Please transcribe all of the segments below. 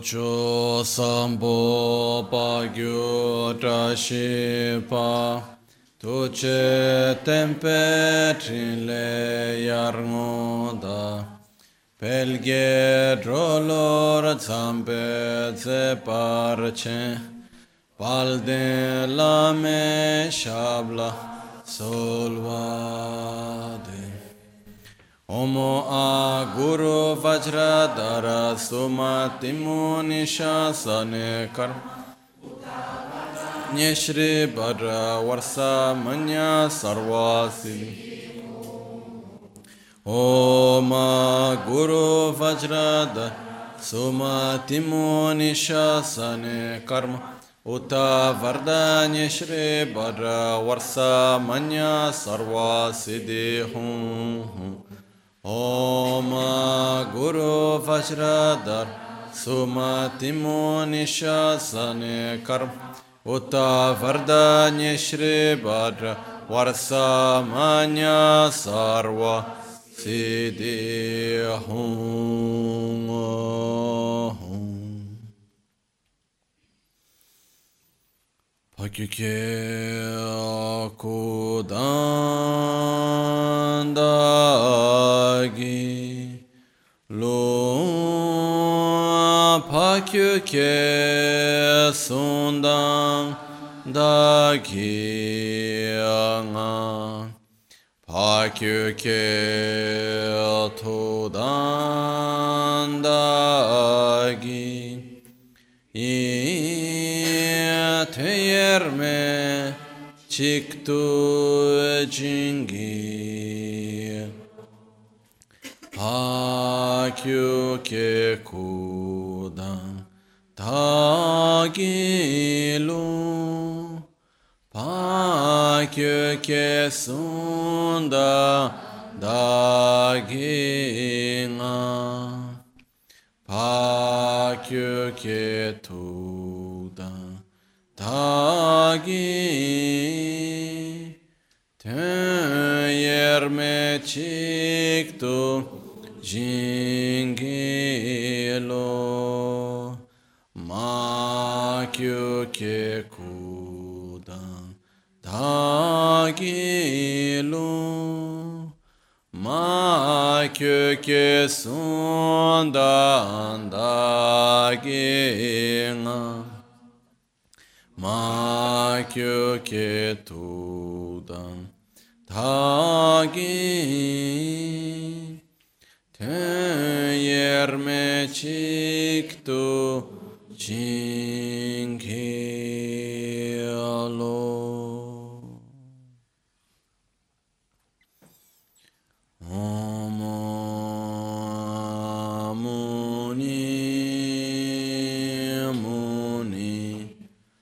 Cho sambo pa gyu tra shi pa tu che tempe trin le yar ngoda pelge drolor zampe ze parche palde la me shabla solvade Omo a Guru Vajradhara Sumati Munisha Sane Karma Nyeshri Bhadra Varsa Manya Sarvasili Om a Guru Vajradhara Sumati Munisha Sane Karma Uta Varda Nyeshri Bhadra Varsa Manya Sarvasili Hum Om Guru Vajradhar Sumati Munisha Sane Karma Uta Vardanya Shri Bhadra Varsa Manya Sarva Siddhi Hum Pakyuke Kudandagi Lo Pakyuke Sundang Dagi Anga Pakyuke Tudandagi Teyerme Chiktu Jingi Pakyuke Kudan Tagilu Pakyuke Sunda Daginga Pakyuke Tudan Tagi Teyerme Chiktu Jingilo Makyuke Kudan Tagilu Makyuke Sundan Daginga Makyuke Tudan Tagi Teyerme Chiktu Jingilo Om Muni Muni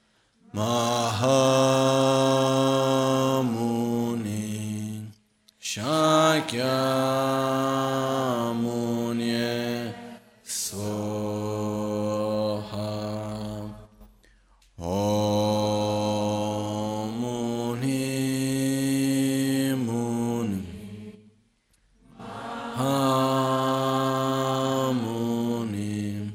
Mahamuni Shakyamuni Soha Om Muni Muni Hamuni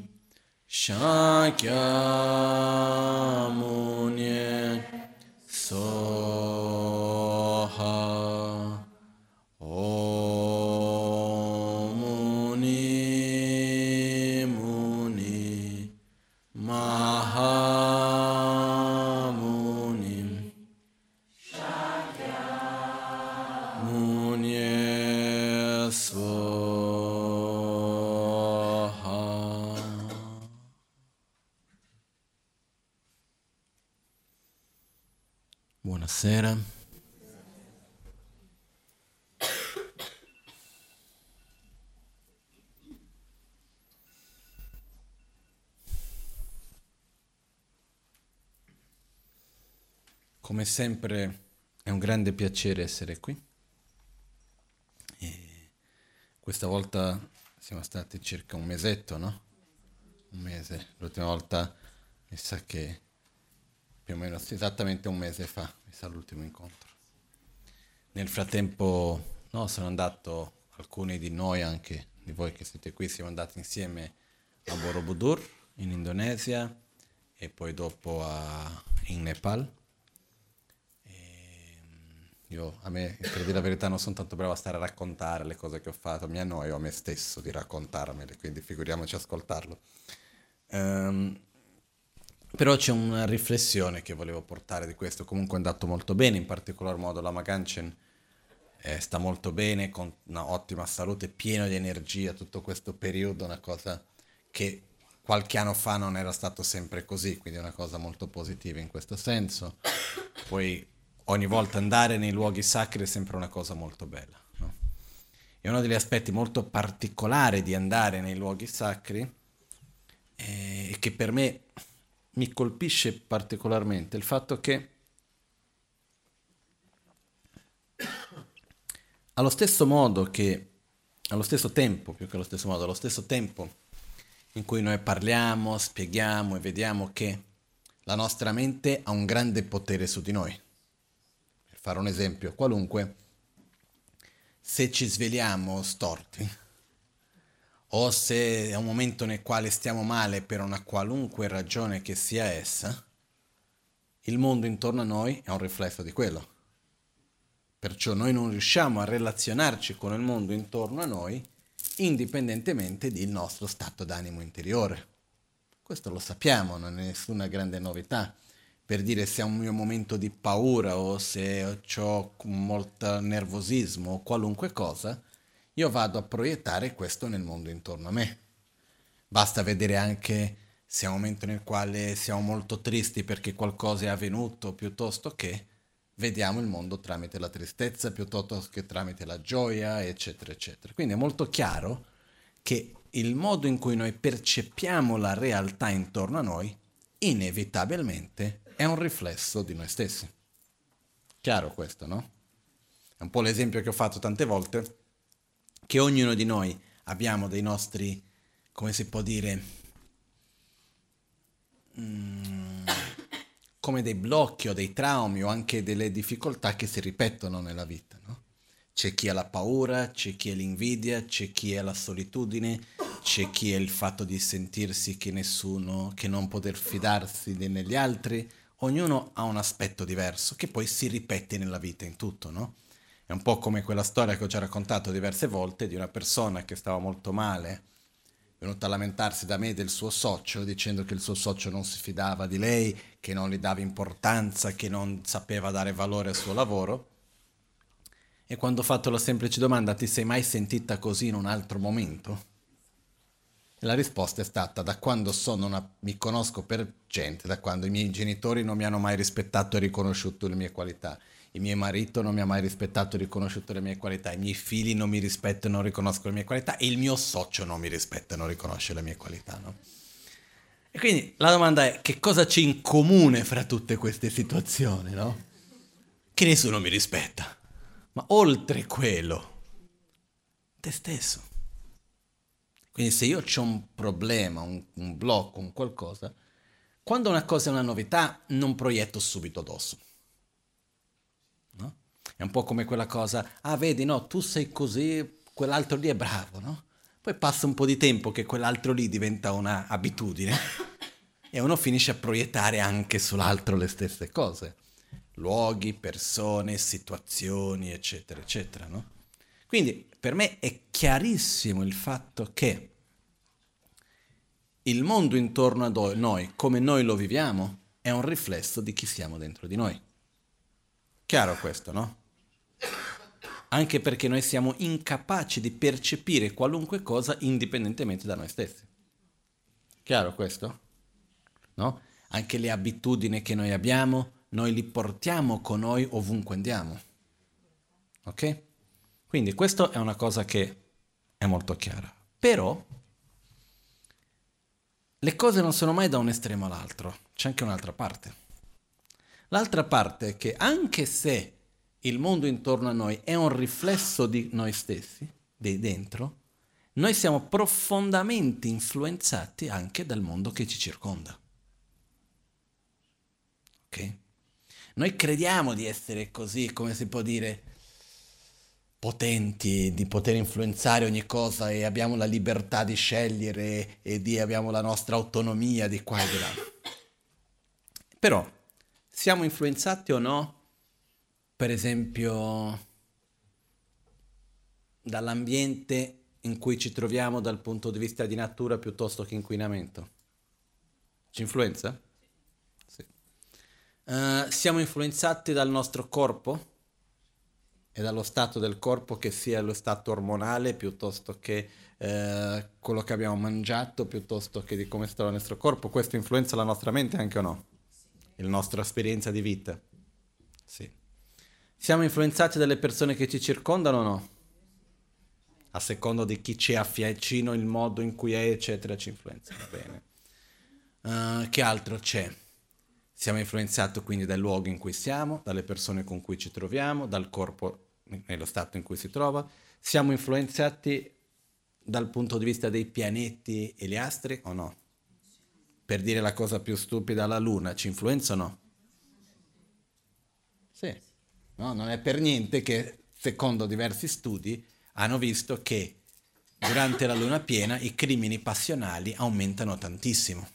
Shakyamuni Soha Om Muni Muni Mahamuni Muni Soha. Buonasera. Come sempre è un grande piacere essere qui. E questa volta siamo stati circa un mesetto, no? Un mese. L'ultima volta mi sa che più o meno esattamente un mese fa, mi sa l'ultimo incontro. Nel frattempo, no, sono andato, alcuni di noi, anche di voi che siete qui, siamo andati insieme a Borobudur in Indonesia e poi dopo in Nepal. A me, per dire la verità, non sono tanto bravo a stare a raccontare le cose che ho fatto, mi annoio a me stesso di raccontarmele, quindi figuriamoci ascoltarlo. Ehm, Però c'è una riflessione che volevo portare di questo, comunque è andato molto bene, in particolar modo la Ganchen sta molto bene, con una ottima salute, pieno di energia, tutto questo periodo, una cosa che qualche anno fa non era stato sempre così, quindi è una cosa molto positiva in questo senso. Poi ogni volta andare nei luoghi sacri è sempre una cosa molto bella, no? E uno degli aspetti molto particolari di andare nei luoghi sacri e che per me mi colpisce particolarmente il fatto che allo stesso modo che, allo stesso tempo, più che allo stesso modo, allo stesso tempo in cui noi parliamo, spieghiamo e vediamo che la nostra mente ha un grande potere su di noi. Per fare un esempio qualunque, se ci svegliamo storti, o se è un momento nel quale stiamo male per una qualunque ragione che sia essa, il mondo intorno a noi è un riflesso di quello. Perciò noi non riusciamo a relazionarci con il mondo intorno a noi indipendentemente dal nostro stato d'animo interiore. Questo lo sappiamo, non è nessuna grande novità. Per dire se è un mio momento di paura o se ho molto nervosismo o qualunque cosa, io vado a proiettare questo nel mondo intorno a me. Basta vedere anche se è un momento nel quale siamo molto tristi perché qualcosa è avvenuto, piuttosto che vediamo il mondo tramite la tristezza, piuttosto che tramite la gioia, eccetera, eccetera. Quindi è molto chiaro che il modo in cui noi percepiamo la realtà intorno a noi, inevitabilmente, è un riflesso di noi stessi. Chiaro questo, no? È un po' l'esempio che ho fatto tante volte, che ognuno di noi abbiamo dei nostri, come si può dire, come dei blocchi o dei traumi o anche delle difficoltà che si ripetono nella vita, no? C'è chi ha la paura, c'è chi ha l'invidia, c'è chi ha la solitudine, c'è chi ha il fatto di sentirsi che nessuno, che non poter fidarsi negli altri. Ognuno ha un aspetto diverso che poi si ripete nella vita in tutto, no? È un po' come quella storia che ho già raccontato diverse volte di una persona che stava molto male, è venuta a lamentarsi da me del suo socio, dicendo che il suo socio non si fidava di lei, che non gli dava importanza, che non sapeva dare valore al suo lavoro. E quando ho fatto la semplice domanda, ti sei mai sentita così in un altro momento? E la risposta è stata, da quando mi conosco per gente, da quando i miei genitori non mi hanno mai rispettato e riconosciuto le mie qualità, il mio marito non mi ha mai rispettato e riconosciuto le mie qualità, i miei figli non mi rispettano e non riconoscono le mie qualità e il mio socio non mi rispetta e non riconosce le mie qualità, no? E quindi la domanda è, che cosa c'è in comune fra tutte queste situazioni, no? Che nessuno mi rispetta. Ma oltre quello, te stesso. Quindi se io ho un problema, un blocco, un qualcosa, quando una cosa è una novità non proietto subito addosso. No? È un po' come quella cosa, ah vedi no, tu sei così, quell'altro lì è bravo, no? Poi passa un po' di tempo che quell'altro lì diventa una abitudine e uno finisce a proiettare anche sull'altro le stesse cose. Luoghi, persone, situazioni, eccetera, eccetera, no? Quindi per me è chiarissimo il fatto che il mondo intorno a noi, come noi lo viviamo, è un riflesso di chi siamo dentro di noi. Chiaro questo, no? Anche perché noi siamo incapaci di percepire qualunque cosa indipendentemente da noi stessi. Chiaro questo? No? Anche le abitudini che noi abbiamo, noi li portiamo con noi ovunque andiamo. Ok? Quindi questa è una cosa che è molto chiara. Però le cose non sono mai da un estremo all'altro, c'è anche un'altra parte. L'altra parte è che anche se il mondo intorno a noi è un riflesso di noi stessi, di dentro, noi siamo profondamente influenzati anche dal mondo che ci circonda. Ok? Noi crediamo di essere così, come si può dire, potenti, di poter influenzare ogni cosa e abbiamo la libertà di scegliere abbiamo la nostra autonomia di qua e di là. Però siamo influenzati o no, per esempio, dall'ambiente in cui ci troviamo dal punto di vista di natura piuttosto che inquinamento? Ci influenza? Sì. Siamo influenzati dal nostro corpo e dallo stato del corpo, che sia lo stato ormonale piuttosto che quello che abbiamo mangiato, piuttosto che di come sta il nostro corpo. Questo influenza la nostra mente anche o no? La nostra esperienza di vita. Sì. Siamo influenzati dalle persone che ci circondano o no? A seconda di chi ci è vicino, il modo in cui è, eccetera, ci influenza. Bene. Che altro c'è? Siamo influenzati quindi dal luogo in cui siamo, dalle persone con cui ci troviamo, dal corpo nello stato in cui si trova. Siamo influenzati dal punto di vista dei pianeti e gli astri o no? Per dire la cosa più stupida, la Luna ci influenza o no? Sì. No, non è per niente che, secondo diversi studi, hanno visto che durante la luna piena i crimini passionali aumentano tantissimo.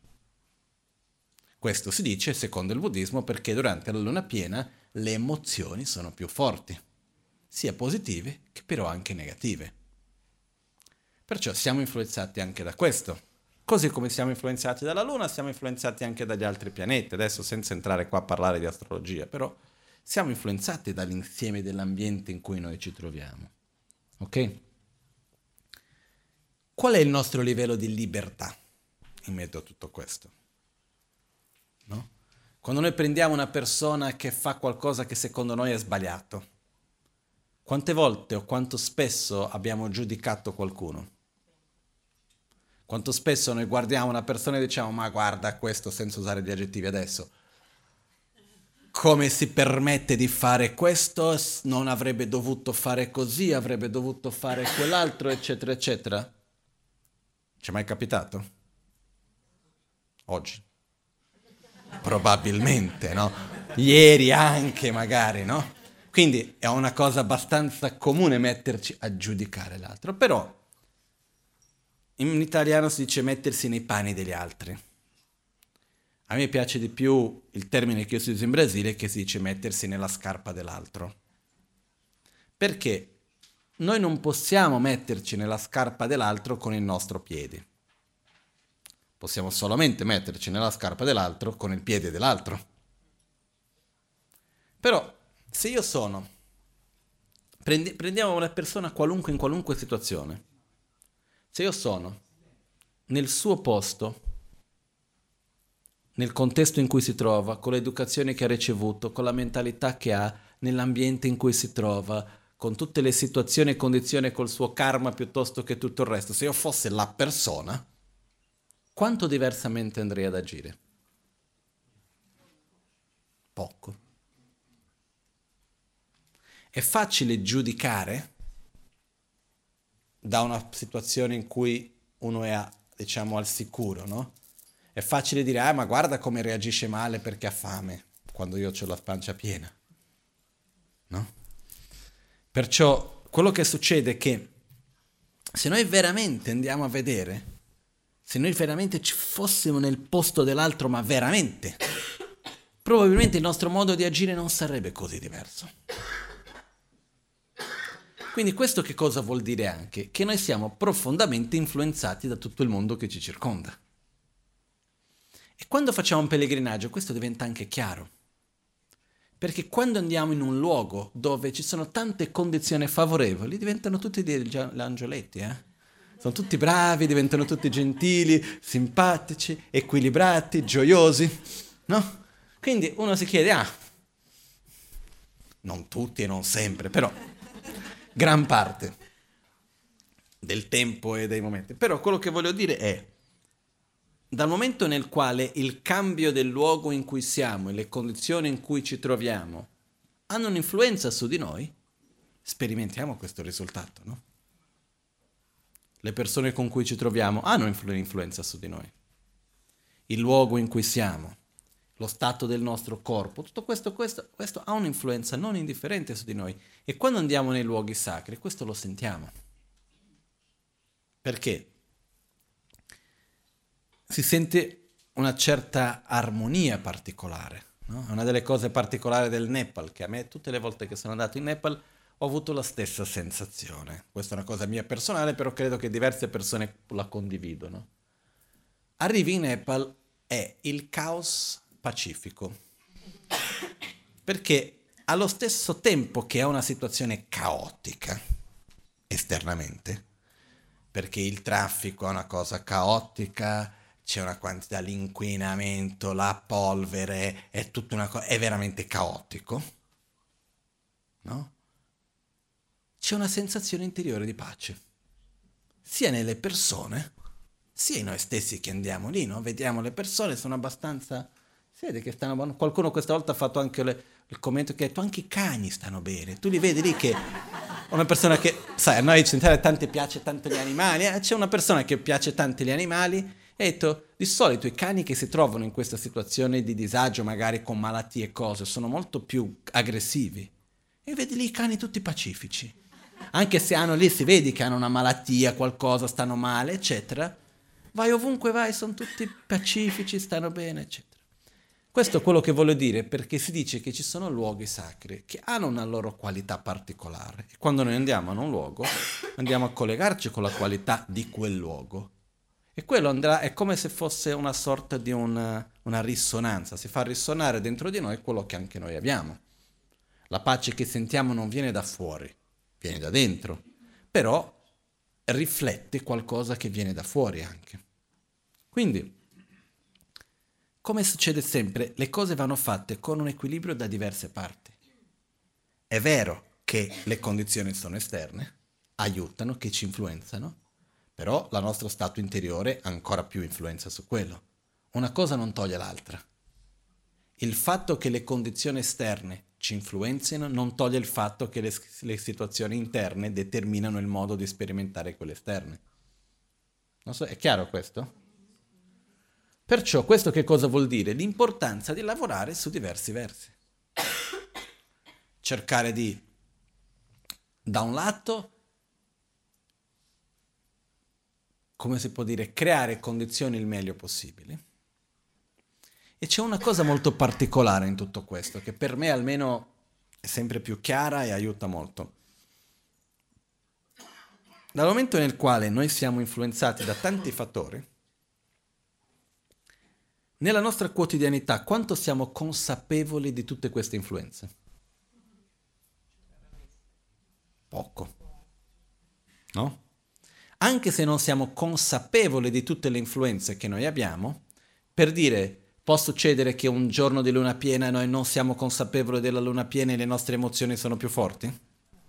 Questo si dice, secondo il buddismo, perché durante la luna piena le emozioni sono più forti, sia positive che però anche negative. Perciò siamo influenzati anche da questo. Così come siamo influenzati dalla luna, siamo influenzati anche dagli altri pianeti. Adesso senza entrare qua a parlare di astrologia, però siamo influenzati dall'insieme dell'ambiente in cui noi ci troviamo. Ok? Qual è il nostro livello di libertà in mezzo a tutto questo? No? Quando noi prendiamo una persona che fa qualcosa che secondo noi è sbagliato, quante volte o quanto spesso abbiamo giudicato qualcuno? Quanto spesso noi guardiamo una persona e diciamo ma guarda questo, senza usare gli aggettivi adesso, come si permette di fare questo, non avrebbe dovuto fare così, avrebbe dovuto fare quell'altro, eccetera, eccetera. Ci è mai capitato? Oggi? Probabilmente, no? Ieri anche magari, no? Quindi è una cosa abbastanza comune metterci a giudicare l'altro, però in italiano si dice mettersi nei panni degli altri. A me piace di più il termine che io si usa in Brasile, che si dice mettersi nella scarpa dell'altro. Perché noi non possiamo metterci nella scarpa dell'altro con il nostro piede. Possiamo solamente metterci nella scarpa dell'altro con il piede dell'altro. Però, se io sono... Prendiamo una persona qualunque in qualunque situazione. Se io sono nel suo posto, nel contesto in cui si trova, con l'educazione che ha ricevuto, con la mentalità che ha, nell'ambiente in cui si trova, con tutte le situazioni e condizioni, col suo karma piuttosto che tutto il resto, se io fossi la persona, quanto diversamente andrei ad agire? Poco. È facile giudicare da una situazione in cui uno è, diciamo, al sicuro, no? È facile dire, ma guarda come reagisce male perché ha fame, quando io ho la pancia piena, no? Perciò quello che succede è che se noi veramente andiamo a vedere, se noi veramente ci fossimo nel posto dell'altro, ma veramente, probabilmente il nostro modo di agire non sarebbe così diverso. Quindi questo che cosa vuol dire anche? Che noi siamo profondamente influenzati da tutto il mondo che ci circonda. E quando facciamo un pellegrinaggio questo diventa anche chiaro. Perché quando andiamo in un luogo dove ci sono tante condizioni favorevoli, diventano tutti degli angioletti, Sono tutti bravi, diventano tutti gentili, simpatici, equilibrati, gioiosi, no? Quindi uno si chiede, non tutti e non sempre, però gran parte del tempo e dei momenti. Però quello che voglio dire è, dal momento nel quale il cambio del luogo in cui siamo e le condizioni in cui ci troviamo hanno un'influenza su di noi, sperimentiamo questo risultato, no? Le persone con cui ci troviamo hanno un'influenza su di noi. Il luogo in cui siamo, lo stato del nostro corpo, tutto questo ha un'influenza non indifferente su di noi. E quando andiamo nei luoghi sacri, questo lo sentiamo. Perché? Si sente una certa armonia particolare. No? È una delle cose particolari del Nepal, che a me tutte le volte che sono andato in Nepal ho avuto la stessa sensazione. Questa è una cosa mia personale, però credo che diverse persone la condividono. Arrivi in Nepal, è il caos pacifico, perché allo stesso tempo che è una situazione caotica esternamente, perché il traffico è una cosa caotica, c'è una quantità, l'inquinamento, la polvere, è tutta una cosa, è veramente caotico, no? C'è una sensazione interiore di pace, sia nelle persone, sia in noi stessi che andiamo lì, no? Vediamo le persone, sono abbastanza... Si vede che stanno buono. Qualcuno questa volta ha fatto anche il commento che ha detto anche i cani stanno bene. Tu li vedi lì che una persona che, sai, a noi occidentali tanto piace tanto gli animali, c'è una persona che piace tanto gli animali e ha detto di solito i cani che si trovano in questa situazione di disagio, magari con malattie e cose, sono molto più aggressivi. E vedi lì i cani tutti pacifici. Anche se hanno lì, si vedi che hanno una malattia, qualcosa, stanno male, eccetera. Vai ovunque vai, sono tutti pacifici, stanno bene, eccetera. Questo è quello che voglio dire, perché si dice che ci sono luoghi sacri che hanno una loro qualità particolare. E quando noi andiamo a un luogo, andiamo a collegarci con la qualità di quel luogo. E quello andrà, è come se fosse una sorta di una risonanza, si fa risuonare dentro di noi quello che anche noi abbiamo. La pace che sentiamo non viene da fuori, viene da dentro, però riflette qualcosa che viene da fuori anche. Quindi, come succede sempre, le cose vanno fatte con un equilibrio da diverse parti. È vero che le condizioni sono esterne, aiutano, che ci influenzano, però il nostro stato interiore ha ancora più influenza su quello. Una cosa non toglie l'altra. Il fatto che le condizioni esterne ci influenzino non toglie il fatto che le situazioni interne determinano il modo di sperimentare quelle esterne. Non so, è chiaro questo? Perciò questo che cosa vuol dire? L'importanza di lavorare su diversi versi. Cercare di, da un lato, come si può dire, creare condizioni il meglio possibile. E c'è una cosa molto particolare in tutto questo, che per me almeno è sempre più chiara e aiuta molto. Dal momento nel quale noi siamo influenzati da tanti fattori, nella nostra quotidianità quanto siamo consapevoli di tutte queste influenze? Poco. No? Anche se non siamo consapevoli di tutte le influenze che noi abbiamo, per dire, può succedere che un giorno di luna piena noi non siamo consapevoli della luna piena e le nostre emozioni sono più forti?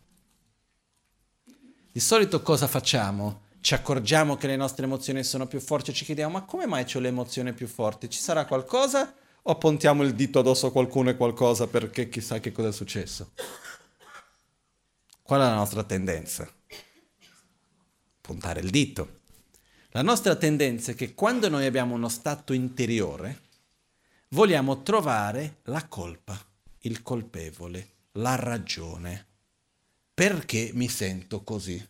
Di solito cosa facciamo? Ci accorgiamo che le nostre emozioni sono più forti e ci chiediamo ma come mai ho le emozioni più forti? Ci sarà qualcosa? O puntiamo il dito addosso a qualcuno e qualcosa perché chissà che cosa è successo? Qual è la nostra tendenza? Puntare il dito. La nostra tendenza è che quando noi abbiamo uno stato interiore, vogliamo trovare la colpa, il colpevole, la ragione. Perché mi sento così?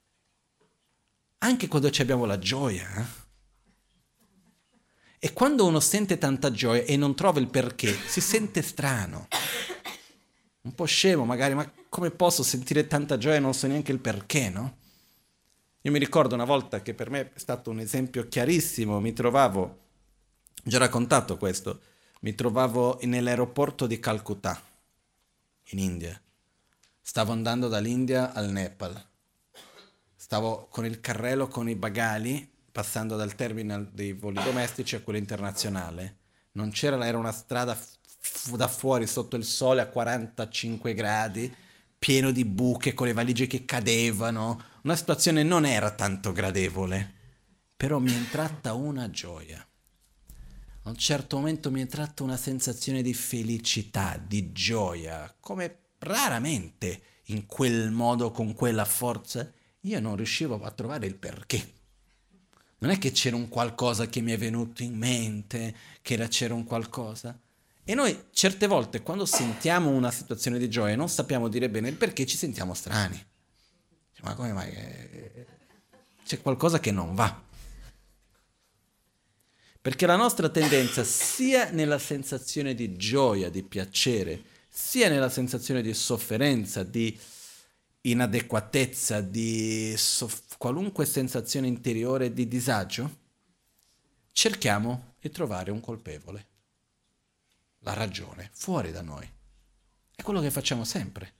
Anche quando abbiamo la gioia. E quando uno sente tanta gioia e non trova il perché, si sente strano. Un po' scemo magari, ma come posso sentire tanta gioia e non so neanche il perché, no? Io mi ricordo una volta che per me è stato un esempio chiarissimo, mi trovavo, già raccontato questo, mi trovavo nell'aeroporto di Calcutta, in India. Stavo andando dall'India al Nepal. Stavo con il carrello con i bagagli, passando dal terminal dei voli domestici a quello internazionale. Non c'era, era una strada da fuori sotto il sole a 45 gradi, pieno di buche con le valigie che cadevano. Una situazione non era tanto gradevole, però mi è entrata una gioia. A un certo momento mi è entrata una sensazione di felicità, di gioia, come raramente in quel modo, con quella forza. Io non riuscivo a trovare il perché. Non è che c'era un qualcosa che mi è venuto in mente, che c'era un qualcosa. E noi certe volte quando sentiamo una situazione di gioia non sappiamo dire bene il perché, ci sentiamo strani. Ma come mai? C'è qualcosa che non va. Perché la nostra tendenza sia nella sensazione di gioia, di piacere, sia nella sensazione di sofferenza, di inadeguatezza, di qualunque sensazione interiore di disagio, cerchiamo di trovare un colpevole, la ragione, fuori da noi. È quello che facciamo sempre.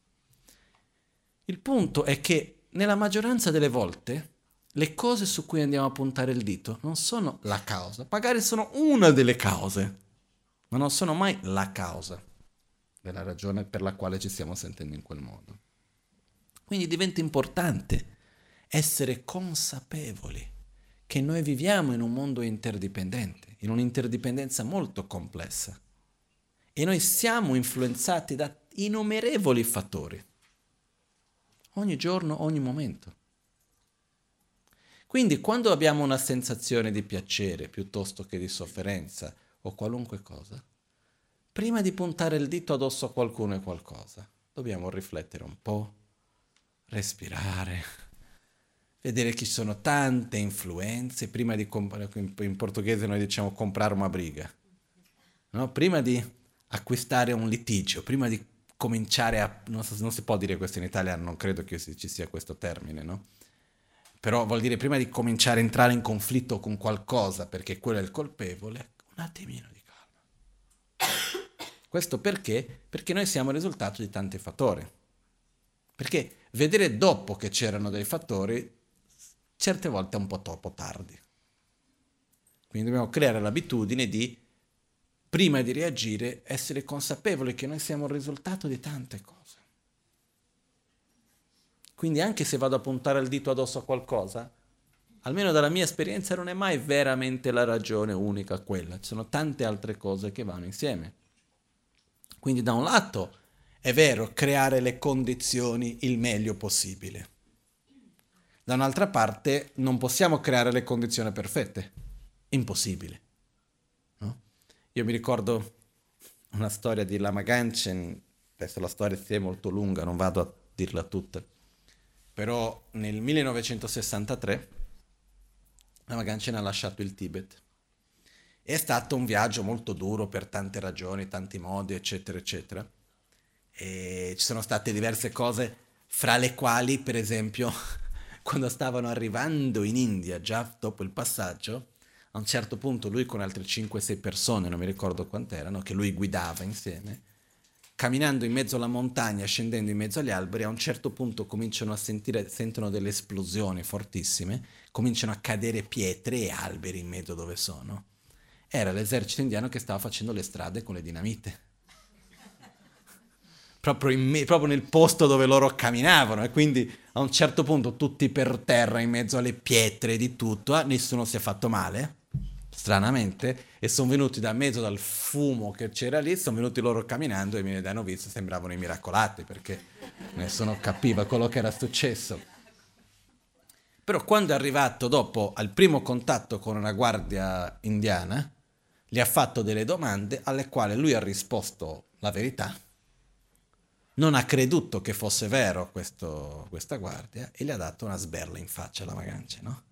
Il punto è che nella maggioranza delle volte le cose su cui andiamo a puntare il dito non sono la causa, magari sono una delle cause, ma non sono mai la causa della ragione per la quale ci stiamo sentendo in quel modo. Quindi diventa importante essere consapevoli che noi viviamo in un mondo interdipendente, in un'interdipendenza molto complessa e noi siamo influenzati da innumerevoli fattori, ogni giorno, ogni momento. Quindi quando abbiamo una sensazione di piacere piuttosto che di sofferenza o qualunque cosa, prima di puntare il dito addosso a qualcuno e qualcosa, dobbiamo riflettere un po', respirare, vedere che ci sono tante influenze, prima di in portoghese noi diciamo comprare una briga, no? Prima di acquistare un litigio, prima di cominciare a... non si può dire questo in italiano, non credo che ci sia questo termine, no? Però vuol dire prima di cominciare a entrare in conflitto con qualcosa, perché quello è il colpevole, un attimino di calma. Questo perché? Perché noi siamo il risultato di tanti fattori. Perché vedere dopo che c'erano dei fattori, certe volte è un po' troppo tardi. Quindi dobbiamo creare l'abitudine di, prima di reagire, essere consapevoli che noi siamo il risultato di tante cose. Quindi anche se vado a puntare il dito addosso a qualcosa, almeno dalla mia esperienza non è mai veramente la ragione unica quella, ci sono tante altre cose che vanno insieme. Quindi da un lato è vero creare le condizioni il meglio possibile, da un'altra parte non possiamo creare le condizioni perfette, impossibile. No? Io mi ricordo una storia di Lama Ganchen, adesso la storia è molto lunga, non vado a dirla tutta. Però nel 1963 Lama Ganchen ha lasciato il Tibet. È stato un viaggio molto duro per tante ragioni, tanti modi, eccetera, eccetera. E ci sono state diverse cose, fra le quali, per esempio, quando stavano arrivando in India, già dopo il passaggio, a un certo punto lui con altre 5-6 persone, non mi ricordo quant'erano, che lui guidava insieme, camminando in mezzo alla montagna, scendendo in mezzo agli alberi, a un certo punto sentono delle esplosioni fortissime, cominciano a cadere pietre e alberi in mezzo dove sono. Era l'esercito indiano che stava facendo le strade con le dinamite. Proprio nel posto dove loro camminavano, e quindi a un certo punto tutti per terra, in mezzo alle pietre di tutto, nessuno si è fatto male, stranamente, e sono venuti da mezzo dal fumo che c'era lì, sono venuti loro camminando e mi hanno visto, sembravano i miracolati perché nessuno capiva quello che era successo. Però quando è arrivato dopo al primo contatto con una guardia indiana, gli ha fatto delle domande alle quali lui ha risposto la verità, non ha creduto che fosse vero questa guardia e gli ha dato una sberla in faccia alla Magancia, no?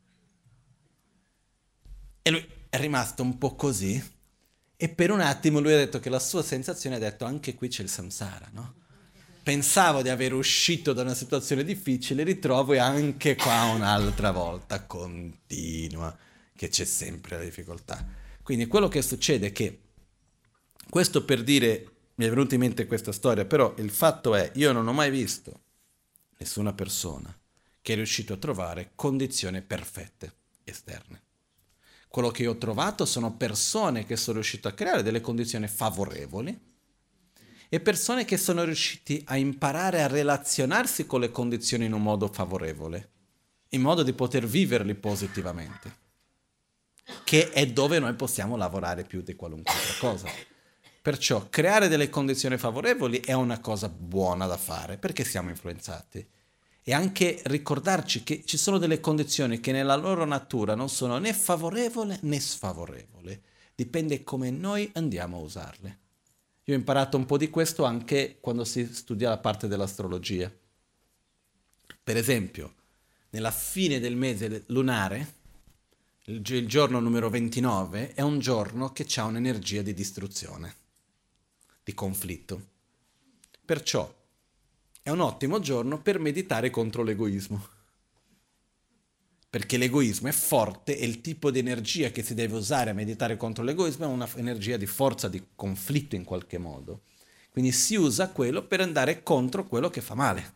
E lui è rimasto un po' così e per un attimo lui ha detto che la sua sensazione ha detto anche qui c'è il samsara, no? Pensavo di aver uscito da una situazione difficile, ritrovo e anche qua un'altra volta continua che c'è sempre la difficoltà. Quindi quello che succede è che, questo per dire, mi è venuta in mente questa storia, però il fatto è, io non ho mai visto nessuna persona che è riuscito a trovare condizioni perfette esterne. Quello che io ho trovato sono persone che sono riuscite a creare delle condizioni favorevoli e persone che sono riusciti a imparare a relazionarsi con le condizioni in un modo favorevole, in modo di poter viverli positivamente, che è dove noi possiamo lavorare più di qualunque altra cosa. Perciò creare delle condizioni favorevoli è una cosa buona da fare, perché siamo influenzati. E anche ricordarci che ci sono delle condizioni che nella loro natura non sono né favorevoli né sfavorevoli. Dipende come noi andiamo a usarle. Io ho imparato un po' di questo anche quando si studia la parte dell'astrologia. Per esempio, nella fine del mese lunare, il giorno numero 29 è un giorno che ha un'energia di distruzione, di conflitto. Perciò è un ottimo giorno per meditare contro l'egoismo. Perché l'egoismo è forte e il tipo di energia che si deve usare a meditare contro l'egoismo è un'energia di forza, di conflitto in qualche modo. Quindi si usa quello per andare contro quello che fa male.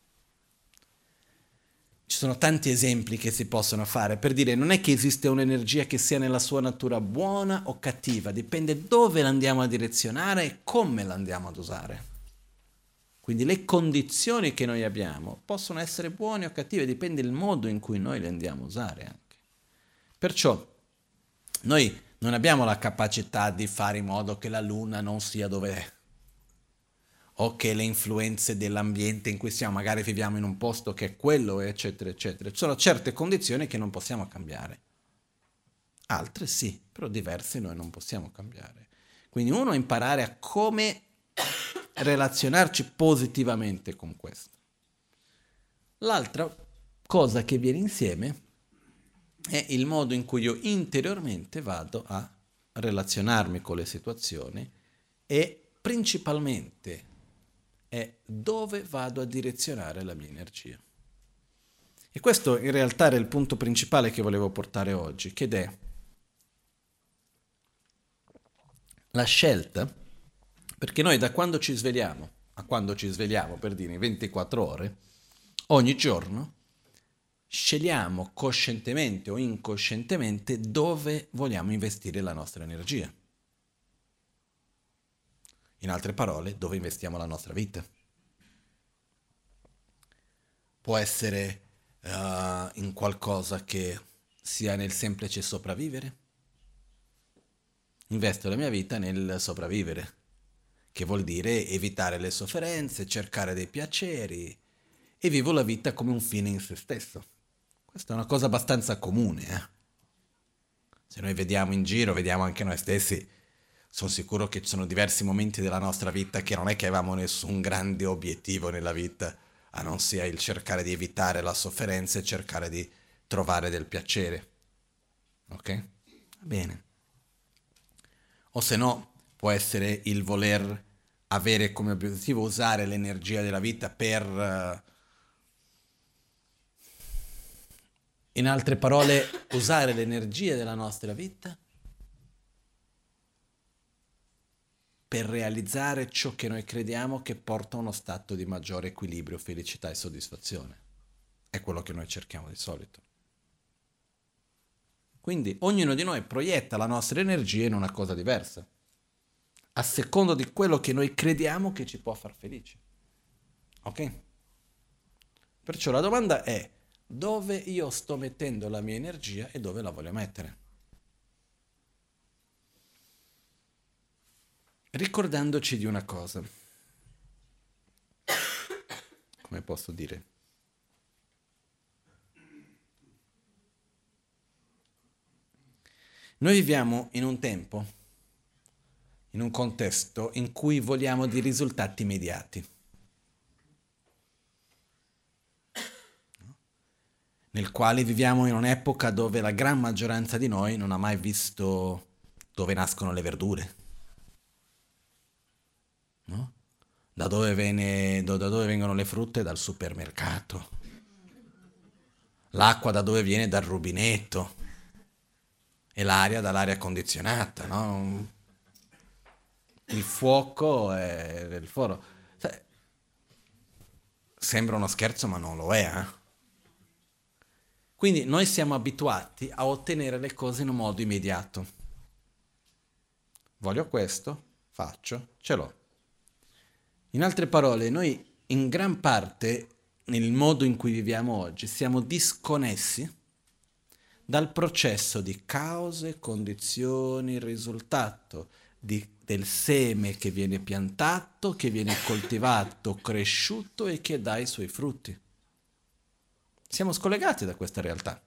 Ci sono tanti esempi che si possono fare per dire non è che esiste un'energia che sia nella sua natura buona o cattiva, dipende dove l'andiamo a direzionare e come l'andiamo ad usare. Quindi le condizioni che noi abbiamo possono essere buone o cattive, dipende dal modo in cui noi le andiamo a usare anche. Perciò noi non abbiamo la capacità di fare in modo che la luna non sia dove è, o che le influenze dell'ambiente in cui siamo, magari viviamo in un posto che è quello, eccetera, eccetera. Ci sono certe condizioni che non possiamo cambiare. Altre sì, però diverse noi non possiamo cambiare. Quindi uno imparare a come relazionarci positivamente con questo. L'altra cosa che viene insieme è il modo in cui io interiormente vado a relazionarmi con le situazioni e principalmente è dove vado a direzionare la mia energia. E questo in realtà era il punto principale che volevo portare oggi, che è la scelta, perché noi da quando ci svegliamo a quando ci svegliamo, per dire 24 ore, ogni giorno scegliamo coscientemente o incoscientemente dove vogliamo investire la nostra energia. In altre parole, dove investiamo la nostra vita. Può essere in qualcosa che sia nel semplice sopravvivere. Investo la mia vita nel sopravvivere, che vuol dire evitare le sofferenze, cercare dei piaceri e vivo la vita come un fine in se stesso. Questa è una cosa abbastanza comune. Se noi vediamo in giro, vediamo anche noi stessi, sono sicuro che ci sono diversi momenti della nostra vita che non è che avevamo nessun grande obiettivo nella vita, a non sia il cercare di evitare la sofferenza e cercare di trovare del piacere. Ok? Bene. O se no, può essere il voler avere come obiettivo usare l'energia della vita per, in altre parole, usare l'energia della nostra vita per realizzare ciò che noi crediamo che porta a uno stato di maggiore equilibrio, felicità e soddisfazione. È quello che noi cerchiamo di solito. Quindi ognuno di noi proietta la nostra energia in una cosa diversa, a seconda di quello che noi crediamo che ci può far felici. Ok? Perciò la domanda è dove io sto mettendo la mia energia e dove la voglio mettere. Ricordandoci di una cosa. Come posso dire? Noi viviamo in un tempo, in un contesto in cui vogliamo dei risultati immediati. Nel quale viviamo in un'epoca dove la gran maggioranza di noi non ha mai visto dove nascono le verdure. No? Da dove vengono le frutte? Dal supermercato. L'acqua da dove viene? Dal rubinetto. E l'aria dall'aria condizionata, no? Il fuoco è del foro. Sembra uno scherzo, ma non lo è, Quindi noi siamo abituati a ottenere le cose in un modo immediato. Voglio questo, faccio, ce l'ho. In altre parole, noi in gran parte, nel modo in cui viviamo oggi, siamo disconnessi dal processo di cause, condizioni, risultato del seme che viene piantato, che viene coltivato, cresciuto e che dà i suoi frutti. Siamo scollegati da questa realtà.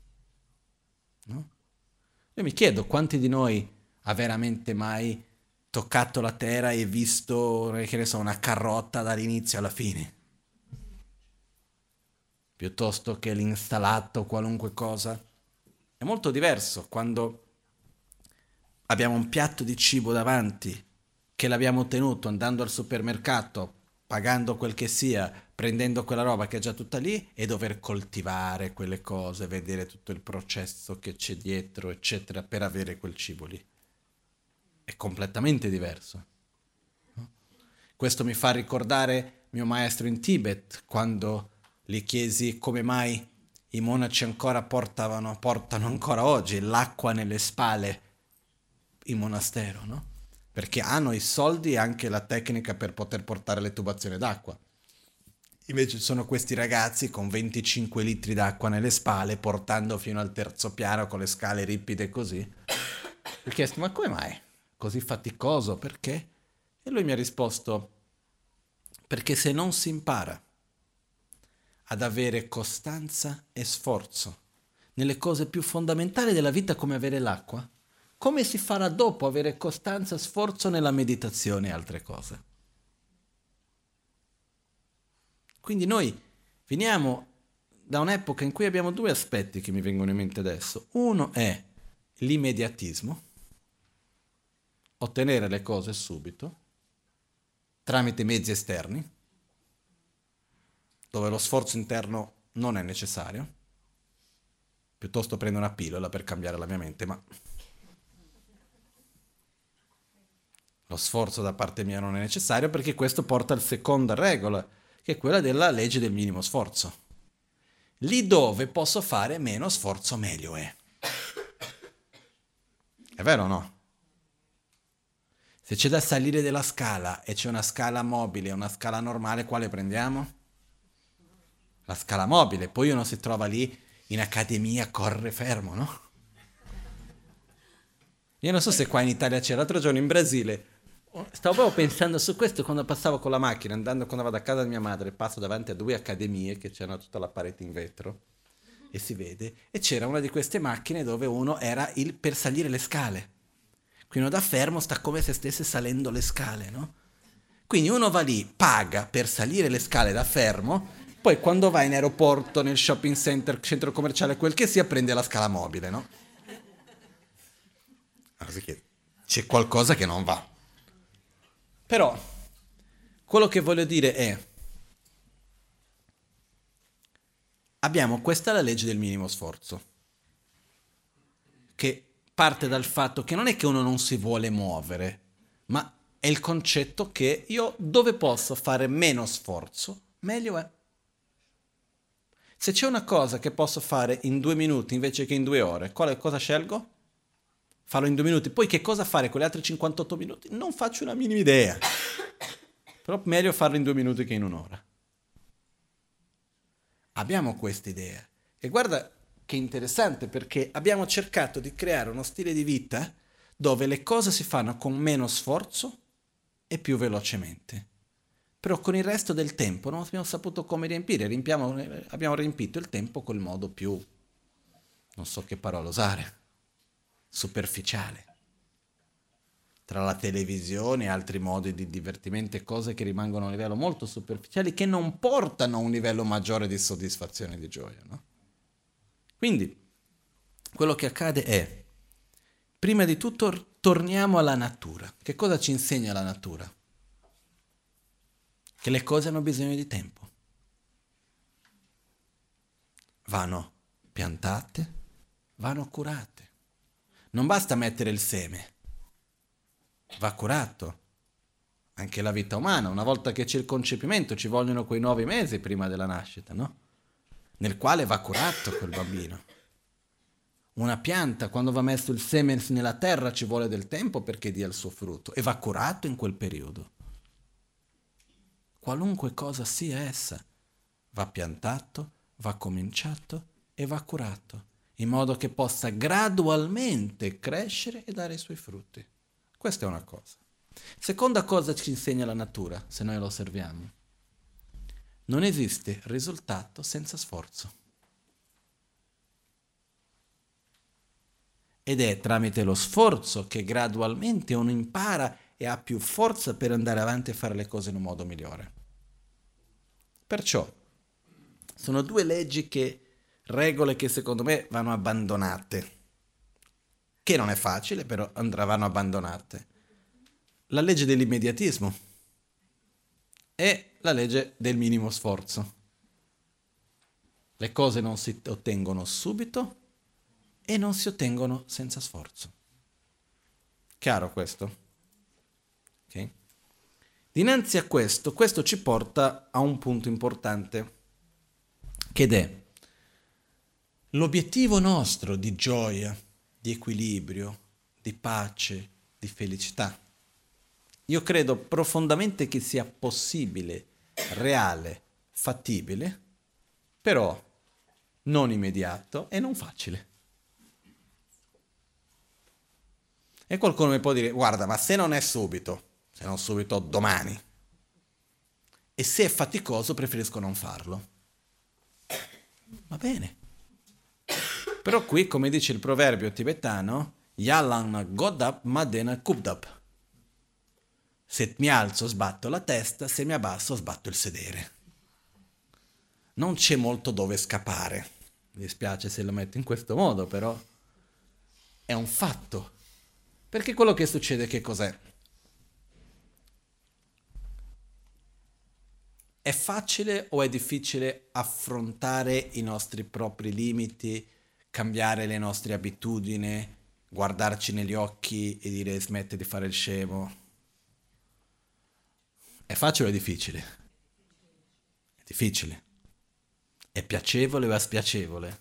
No? Io mi chiedo quanti di noi ha veramente mai toccato la terra e visto, che ne so, una carrotta dall'inizio alla fine, piuttosto che l'installato qualunque cosa. È molto diverso quando abbiamo un piatto di cibo davanti, che l'abbiamo ottenuto andando al supermercato, pagando quel che sia, prendendo quella roba che è già tutta lì e dover coltivare quelle cose, vedere tutto il processo che c'è dietro, eccetera, per avere quel cibo lì. È completamente diverso. Questo mi fa ricordare mio maestro in Tibet, quando gli chiesi come mai i monaci ancora portano ancora oggi l'acqua nelle spale in monastero, no? Perché hanno i soldi e anche la tecnica per poter portare le tubazioni d'acqua. Invece ci sono questi ragazzi con 25 litri d'acqua nelle spale, portando fino al terzo piano con le scale ripide così. Gli ho chiesto, ma come mai? Così faticoso, perché? E lui mi ha risposto, perché se non si impara ad avere costanza e sforzo nelle cose più fondamentali della vita come avere l'acqua, come si farà dopo avere costanza e sforzo nella meditazione e altre cose? Quindi noi veniamo da un'epoca in cui abbiamo due aspetti che mi vengono in mente adesso. Uno è l'immediatismo, ottenere le cose subito, tramite mezzi esterni, dove lo sforzo interno non è necessario. Piuttosto prendo una pillola per cambiare la mia mente, ma lo sforzo da parte mia non è necessario, perché questo porta alla seconda regola, che è quella della legge del minimo sforzo. Lì dove posso fare meno sforzo meglio è. È vero o no? Se c'è da salire della scala e c'è una scala mobile e una scala normale, quale prendiamo? La scala mobile. Poi uno si trova lì in accademia, corre fermo, no? Io non so se qua in Italia c'era, l'altro giorno in Brasile, stavo proprio pensando su questo quando passavo con la macchina, quando vado a casa di mia madre, passo davanti a due accademie che c'erano tutta la parete in vetro e si vede, e c'era una di queste macchine dove uno era per salire le scale. Quindi uno da fermo sta come se stesse salendo le scale, no? Quindi uno va lì, paga per salire le scale da fermo, poi quando va in aeroporto, nel shopping center, centro commerciale, quel che sia, prende la scala mobile, no? Così che c'è qualcosa che non va. Però, quello che voglio dire è, questa è la legge del minimo sforzo, che parte dal fatto che non è che uno non si vuole muovere, ma è il concetto che io dove posso fare meno sforzo, meglio è. Se c'è una cosa che posso fare in 2 minuti invece che in 2 ore, cosa scelgo? Farlo in 2 minuti. Poi che cosa fare con gli altri 58 minuti? Non faccio una minima idea. Però meglio farlo in 2 minuti che in un'ora. Abbiamo questa idea. E guarda che interessante, perché abbiamo cercato di creare uno stile di vita dove le cose si fanno con meno sforzo e più velocemente. Però con il resto del tempo non abbiamo saputo come riempire. Abbiamo riempito il tempo col modo più, non so che parola usare, superficiale. Tra la televisione e altri modi di divertimento e cose che rimangono a un livello molto superficiale, che non portano a un livello maggiore di soddisfazione e di gioia, no? Quindi, quello che accade è, prima di tutto, torniamo alla natura. Che cosa ci insegna la natura? Che le cose hanno bisogno di tempo. Vanno piantate, vanno curate. Non basta mettere il seme, va curato. Anche la vita umana, una volta che c'è il concepimento, ci vogliono quei 9 mesi prima della nascita, no? Nel quale va curato quel bambino. Una pianta, quando va messo il seme nella terra, ci vuole del tempo perché dia il suo frutto e va curato in quel periodo. Qualunque cosa sia essa, va piantato, va cominciato e va curato, in modo che possa gradualmente crescere e dare i suoi frutti. Questa è una cosa. Seconda cosa ci insegna la natura, se noi lo osserviamo. Non esiste risultato senza sforzo. Ed è tramite lo sforzo che gradualmente uno impara e ha più forza per andare avanti e fare le cose in un modo migliore. Perciò sono due regole che secondo me vanno abbandonate, che non è facile, però vanno abbandonate. La legge dell'immediatismo e la legge del minimo sforzo. Le cose non si ottengono subito e non si ottengono senza sforzo. Chiaro questo? Ok? Dinanzi a questo ci porta a un punto importante, che è l'obiettivo nostro di gioia, di equilibrio, di pace, di felicità. Io credo profondamente che sia possibile, reale, fattibile, però non immediato e non facile. E qualcuno mi può dire, guarda, ma se non è subito, se non subito domani, e se è faticoso preferisco non farlo. Va bene. Però qui, come dice il proverbio tibetano, Yalang Godap Madena Kubdap. Se mi alzo sbatto la testa, se mi abbasso sbatto il sedere. Non c'è molto dove scappare. Mi dispiace se lo metto in questo modo, però è un fatto. Perché quello che succede che cos'è? È facile o è difficile affrontare i nostri propri limiti, cambiare le nostre abitudini, guardarci negli occhi e dire smetti di fare il scemo? È facile o è difficile? È difficile. È piacevole o è spiacevole?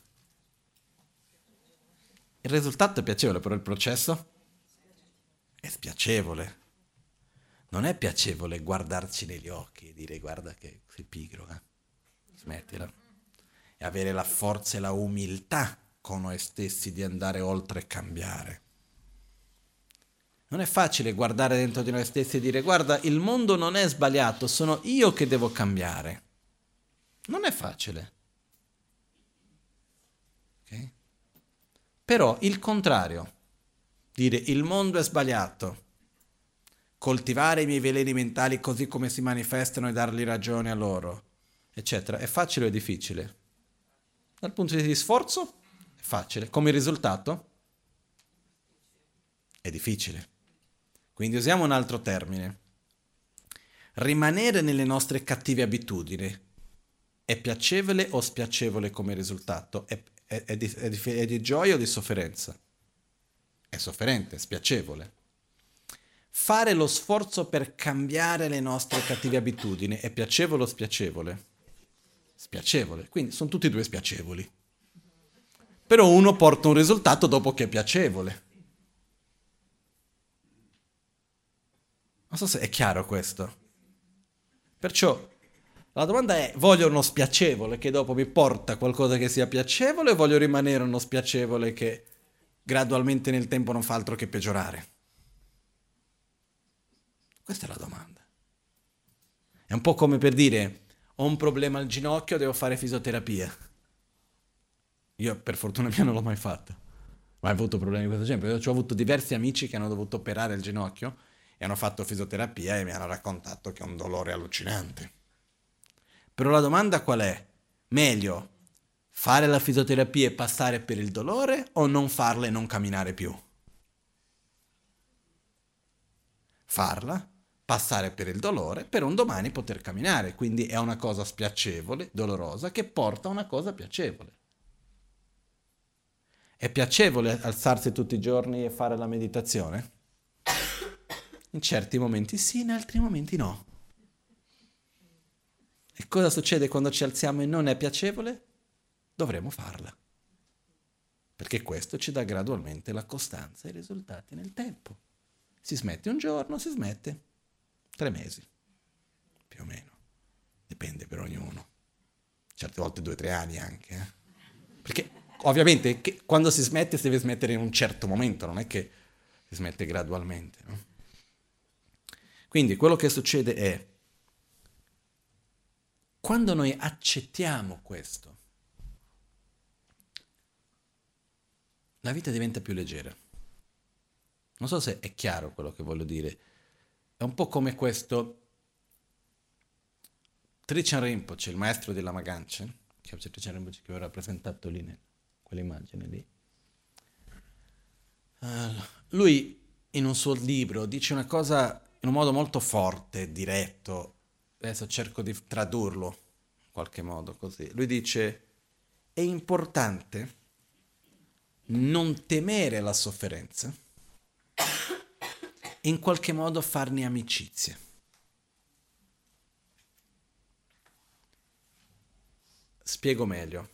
Il risultato è piacevole, però il processo è spiacevole. Non è piacevole guardarci negli occhi e dire guarda che sei pigro, smettila. E avere la forza e la umiltà con noi stessi di andare oltre e cambiare. Non è facile guardare dentro di noi stessi e dire guarda, il mondo non è sbagliato, sono io che devo cambiare. Non è facile. Okay? Però il contrario, dire il mondo è sbagliato, coltivare i miei veleni mentali così come si manifestano e dargli ragione a loro, eccetera, è facile o è difficile? Dal punto di vista di sforzo è facile, come risultato è difficile. Quindi usiamo un altro termine. Rimanere nelle nostre cattive abitudini è piacevole o spiacevole come risultato? È di gioia o di sofferenza? È sofferente, è spiacevole. Fare lo sforzo per cambiare le nostre cattive abitudini è piacevole o spiacevole? Spiacevole. Quindi sono tutti e due spiacevoli. Però uno porta un risultato dopo che è piacevole. Non so se è chiaro questo. Perciò la domanda è, voglio uno spiacevole che dopo mi porta qualcosa che sia piacevole o voglio rimanere uno spiacevole che gradualmente nel tempo non fa altro che peggiorare? Questa è la domanda. È un po' come per dire, ho un problema al ginocchio, devo fare fisioterapia. Io per fortuna mia non l'ho mai fatto. Mai avuto problemi di questo genere. Io ho avuto diversi amici che hanno dovuto operare il ginocchio e hanno fatto fisioterapia e mi hanno raccontato che è un dolore allucinante. Però la domanda qual è? Meglio fare la fisioterapia e passare per il dolore o non farla e non camminare più? Farla, passare per il dolore, per un domani poter camminare. Quindi è una cosa spiacevole, dolorosa, che porta a una cosa piacevole. È piacevole alzarsi tutti i giorni e fare la meditazione? In certi momenti sì, in altri momenti no. E cosa succede quando ci alziamo e non è piacevole? Dovremo farla. Perché questo ci dà gradualmente la costanza e i risultati nel tempo. Si smette un giorno, si smette 3 mesi, più o meno. Dipende per ognuno. Certe volte 2-3 anni anche. Perché ovviamente quando si smette si deve smettere in un certo momento, non è che si smette gradualmente. No? Quindi quello che succede è, quando noi accettiamo questo, la vita diventa più leggera. Non so se è chiaro quello che voglio dire. È un po' come questo Trichan Rinpoche, il maestro di Lama Ganchen, che è Trichan Rinpoche che ho rappresentato lì, in quell'immagine lì. Lui in un suo libro dice una cosa in un modo molto forte, diretto, adesso cerco di tradurlo in qualche modo così. Lui dice: è importante non temere la sofferenza, in qualche modo farne amicizia. Spiego meglio.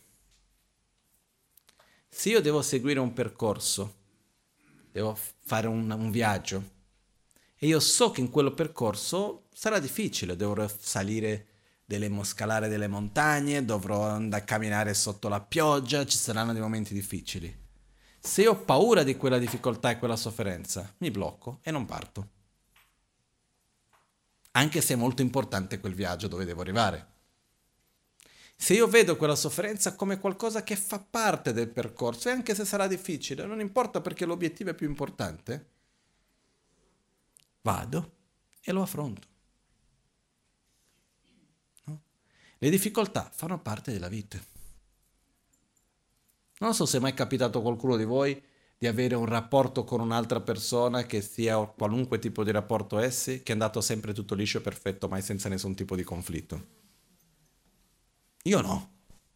Se io devo seguire un percorso, devo fare un viaggio, e io so che in quello percorso sarà difficile, dovrò scalare delle montagne, dovrò andare a camminare sotto la pioggia, ci saranno dei momenti difficili. Se io ho paura di quella difficoltà e quella sofferenza, mi blocco e non parto. Anche se è molto importante quel viaggio dove devo arrivare. Se io vedo quella sofferenza come qualcosa che fa parte del percorso, e anche se sarà difficile, non importa perché l'obiettivo è più importante, vado e lo affronto. No? Le difficoltà fanno parte della vita. Non so se è mai capitato a qualcuno di voi di avere un rapporto con un'altra persona, che sia qualunque tipo di rapporto essi, che è andato sempre tutto liscio e perfetto, mai senza nessun tipo di conflitto. Io no.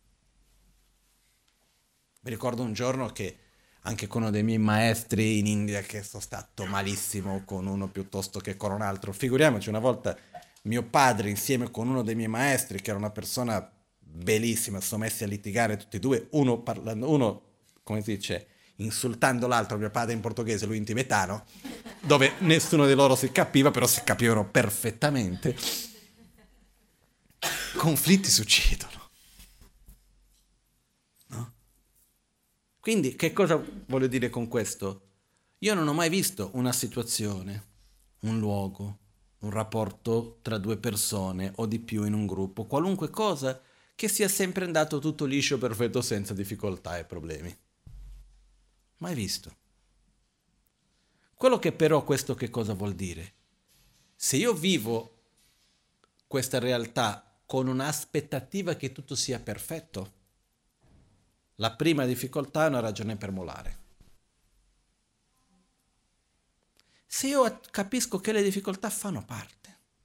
Mi ricordo un giorno che anche con uno dei miei maestri in India, che sono stato malissimo con uno piuttosto che con un altro. Figuriamoci, una volta mio padre insieme con uno dei miei maestri, che era una persona bellissima, sono messi a litigare tutti e due, uno parlando, uno, come si dice, insultando l'altro, mio padre in portoghese, lui in tibetano, dove nessuno di loro si capiva, però si capivano perfettamente. Conflitti succedono. No? Quindi che cosa voglio dire con questo? Io non ho mai visto una situazione, un luogo, un rapporto tra due persone o di più in un gruppo, qualunque cosa, che sia sempre andato tutto liscio, perfetto, senza difficoltà e problemi. Mai visto. Quello che però questo che cosa vuol dire? Se io vivo questa realtà con un'aspettativa che tutto sia perfetto, la prima difficoltà è una ragione per molare. Se io capisco che le difficoltà fanno parte,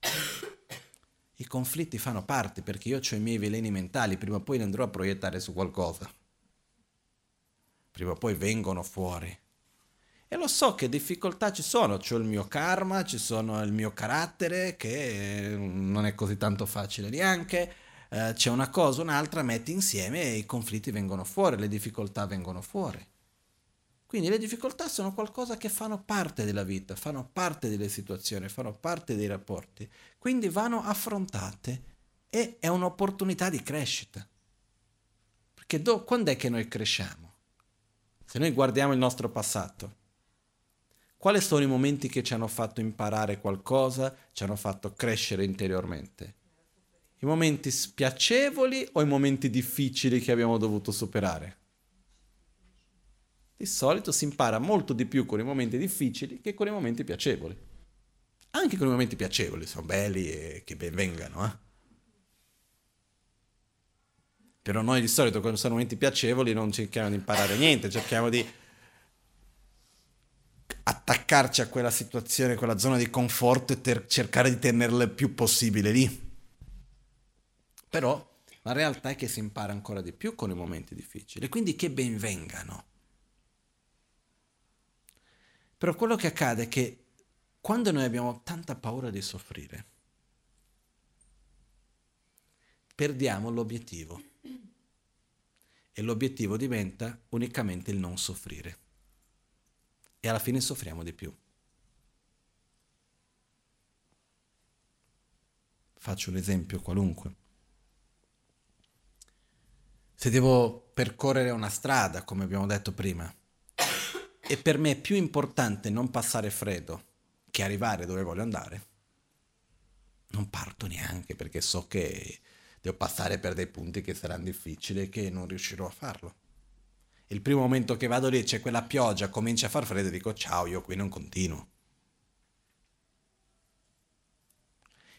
i conflitti fanno parte, perché io ho i miei veleni mentali, prima o poi li andrò a proiettare su qualcosa. Prima o poi vengono fuori. E lo so che difficoltà ci sono, c'ho il mio karma, ci sono il mio carattere, che non è così tanto facile neanche, c'è una cosa, un'altra, metti insieme e i conflitti vengono fuori, le difficoltà vengono fuori. Quindi le difficoltà sono qualcosa che fanno parte della vita, fanno parte delle situazioni, fanno parte dei rapporti, quindi vanno affrontate e è un'opportunità di crescita. Perché quando è che noi cresciamo? Se noi guardiamo il nostro passato, quali sono i momenti che ci hanno fatto imparare qualcosa, ci hanno fatto crescere interiormente? I momenti spiacevoli o i momenti difficili che abbiamo dovuto superare? Di solito si impara molto di più con i momenti difficili che con i momenti piacevoli. Anche con i momenti piacevoli, sono belli e che ben vengano, eh? Però noi di solito quando sono momenti piacevoli non cerchiamo di imparare niente, cerchiamo di attaccarci a quella situazione, quella zona di conforto e cercare di tenerla il più possibile lì. Però la realtà è che si impara ancora di più con i momenti difficili, quindi che ben vengano. Però quello che accade è che quando noi abbiamo tanta paura di soffrire, perdiamo l'obiettivo. E l'obiettivo diventa unicamente il non soffrire. E alla fine soffriamo di più. Faccio un esempio qualunque. Se devo percorrere una strada, come abbiamo detto prima, e per me è più importante non passare freddo che arrivare dove voglio andare, non parto neanche, perché so che devo passare per dei punti che saranno difficili e che non riuscirò a farlo. Il primo momento che vado lì c'è quella pioggia, comincia a far freddo e dico ciao, io qui non continuo.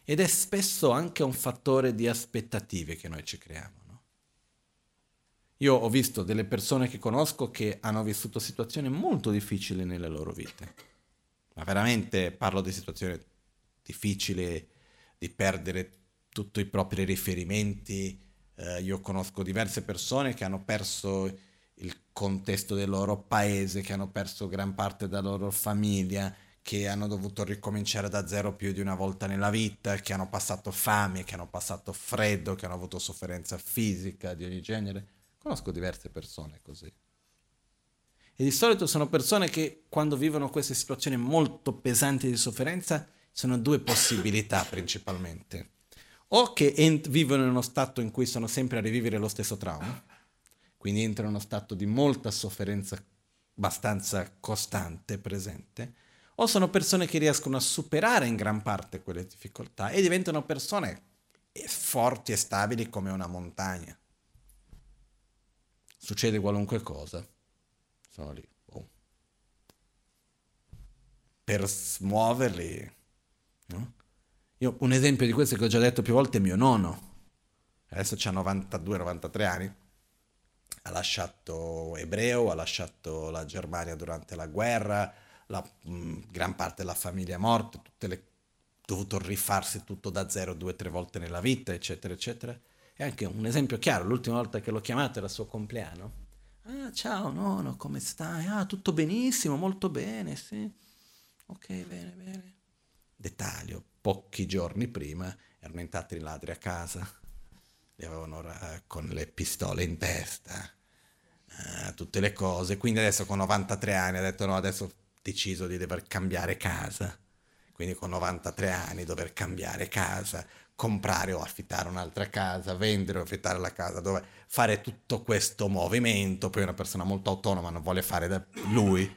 ed è spesso anche un fattore di aspettative che noi ci creiamo. No? Io ho visto delle persone che conosco che hanno vissuto situazioni molto difficili nelle loro vite, ma veramente parlo di situazioni difficili, di perdere tutti i propri riferimenti. Io conosco diverse persone che hanno perso il contesto del loro paese, che hanno perso gran parte della loro famiglia, che hanno dovuto ricominciare da zero più di una volta nella vita, che hanno passato fame, che hanno passato freddo, che hanno avuto sofferenza fisica di ogni genere. Conosco diverse persone così. E di solito sono persone che quando vivono queste situazioni molto pesanti di sofferenza, sono due possibilità principalmente. O che vivono in uno stato in cui sono sempre a rivivere lo stesso trauma, quindi entrano in uno stato di molta sofferenza abbastanza costante, presente, o sono persone che riescono a superare in gran parte quelle difficoltà e diventano persone forti e stabili come una montagna. Succede qualunque cosa, sono lì. Oh. Per smuoverli, no? Io, un esempio di questo che ho già detto più volte è mio nonno. Adesso c'ha 92-93 anni. Ha lasciato Ebreo, ha lasciato la Germania durante la guerra, gran parte della famiglia è morta, dovuto rifarsi tutto da zero 2 o 3 volte nella vita, eccetera, eccetera. E anche un esempio chiaro, l'ultima volta che l'ho chiamato era il suo compleanno. Ah, ciao nonno, come stai? Ah, tutto benissimo, molto bene, sì. Ok, bene, bene. Dettaglio, pochi giorni prima erano entrati i ladri a casa, li avevano con le pistole in testa, tutte le cose, quindi adesso con 93 anni ha detto no, adesso ho deciso di dover cambiare casa, quindi con 93 anni dover cambiare casa, comprare o affittare un'altra casa, vendere o affittare la casa, dove fare tutto questo movimento, poi è una persona molto autonoma, non vuole fare da lui.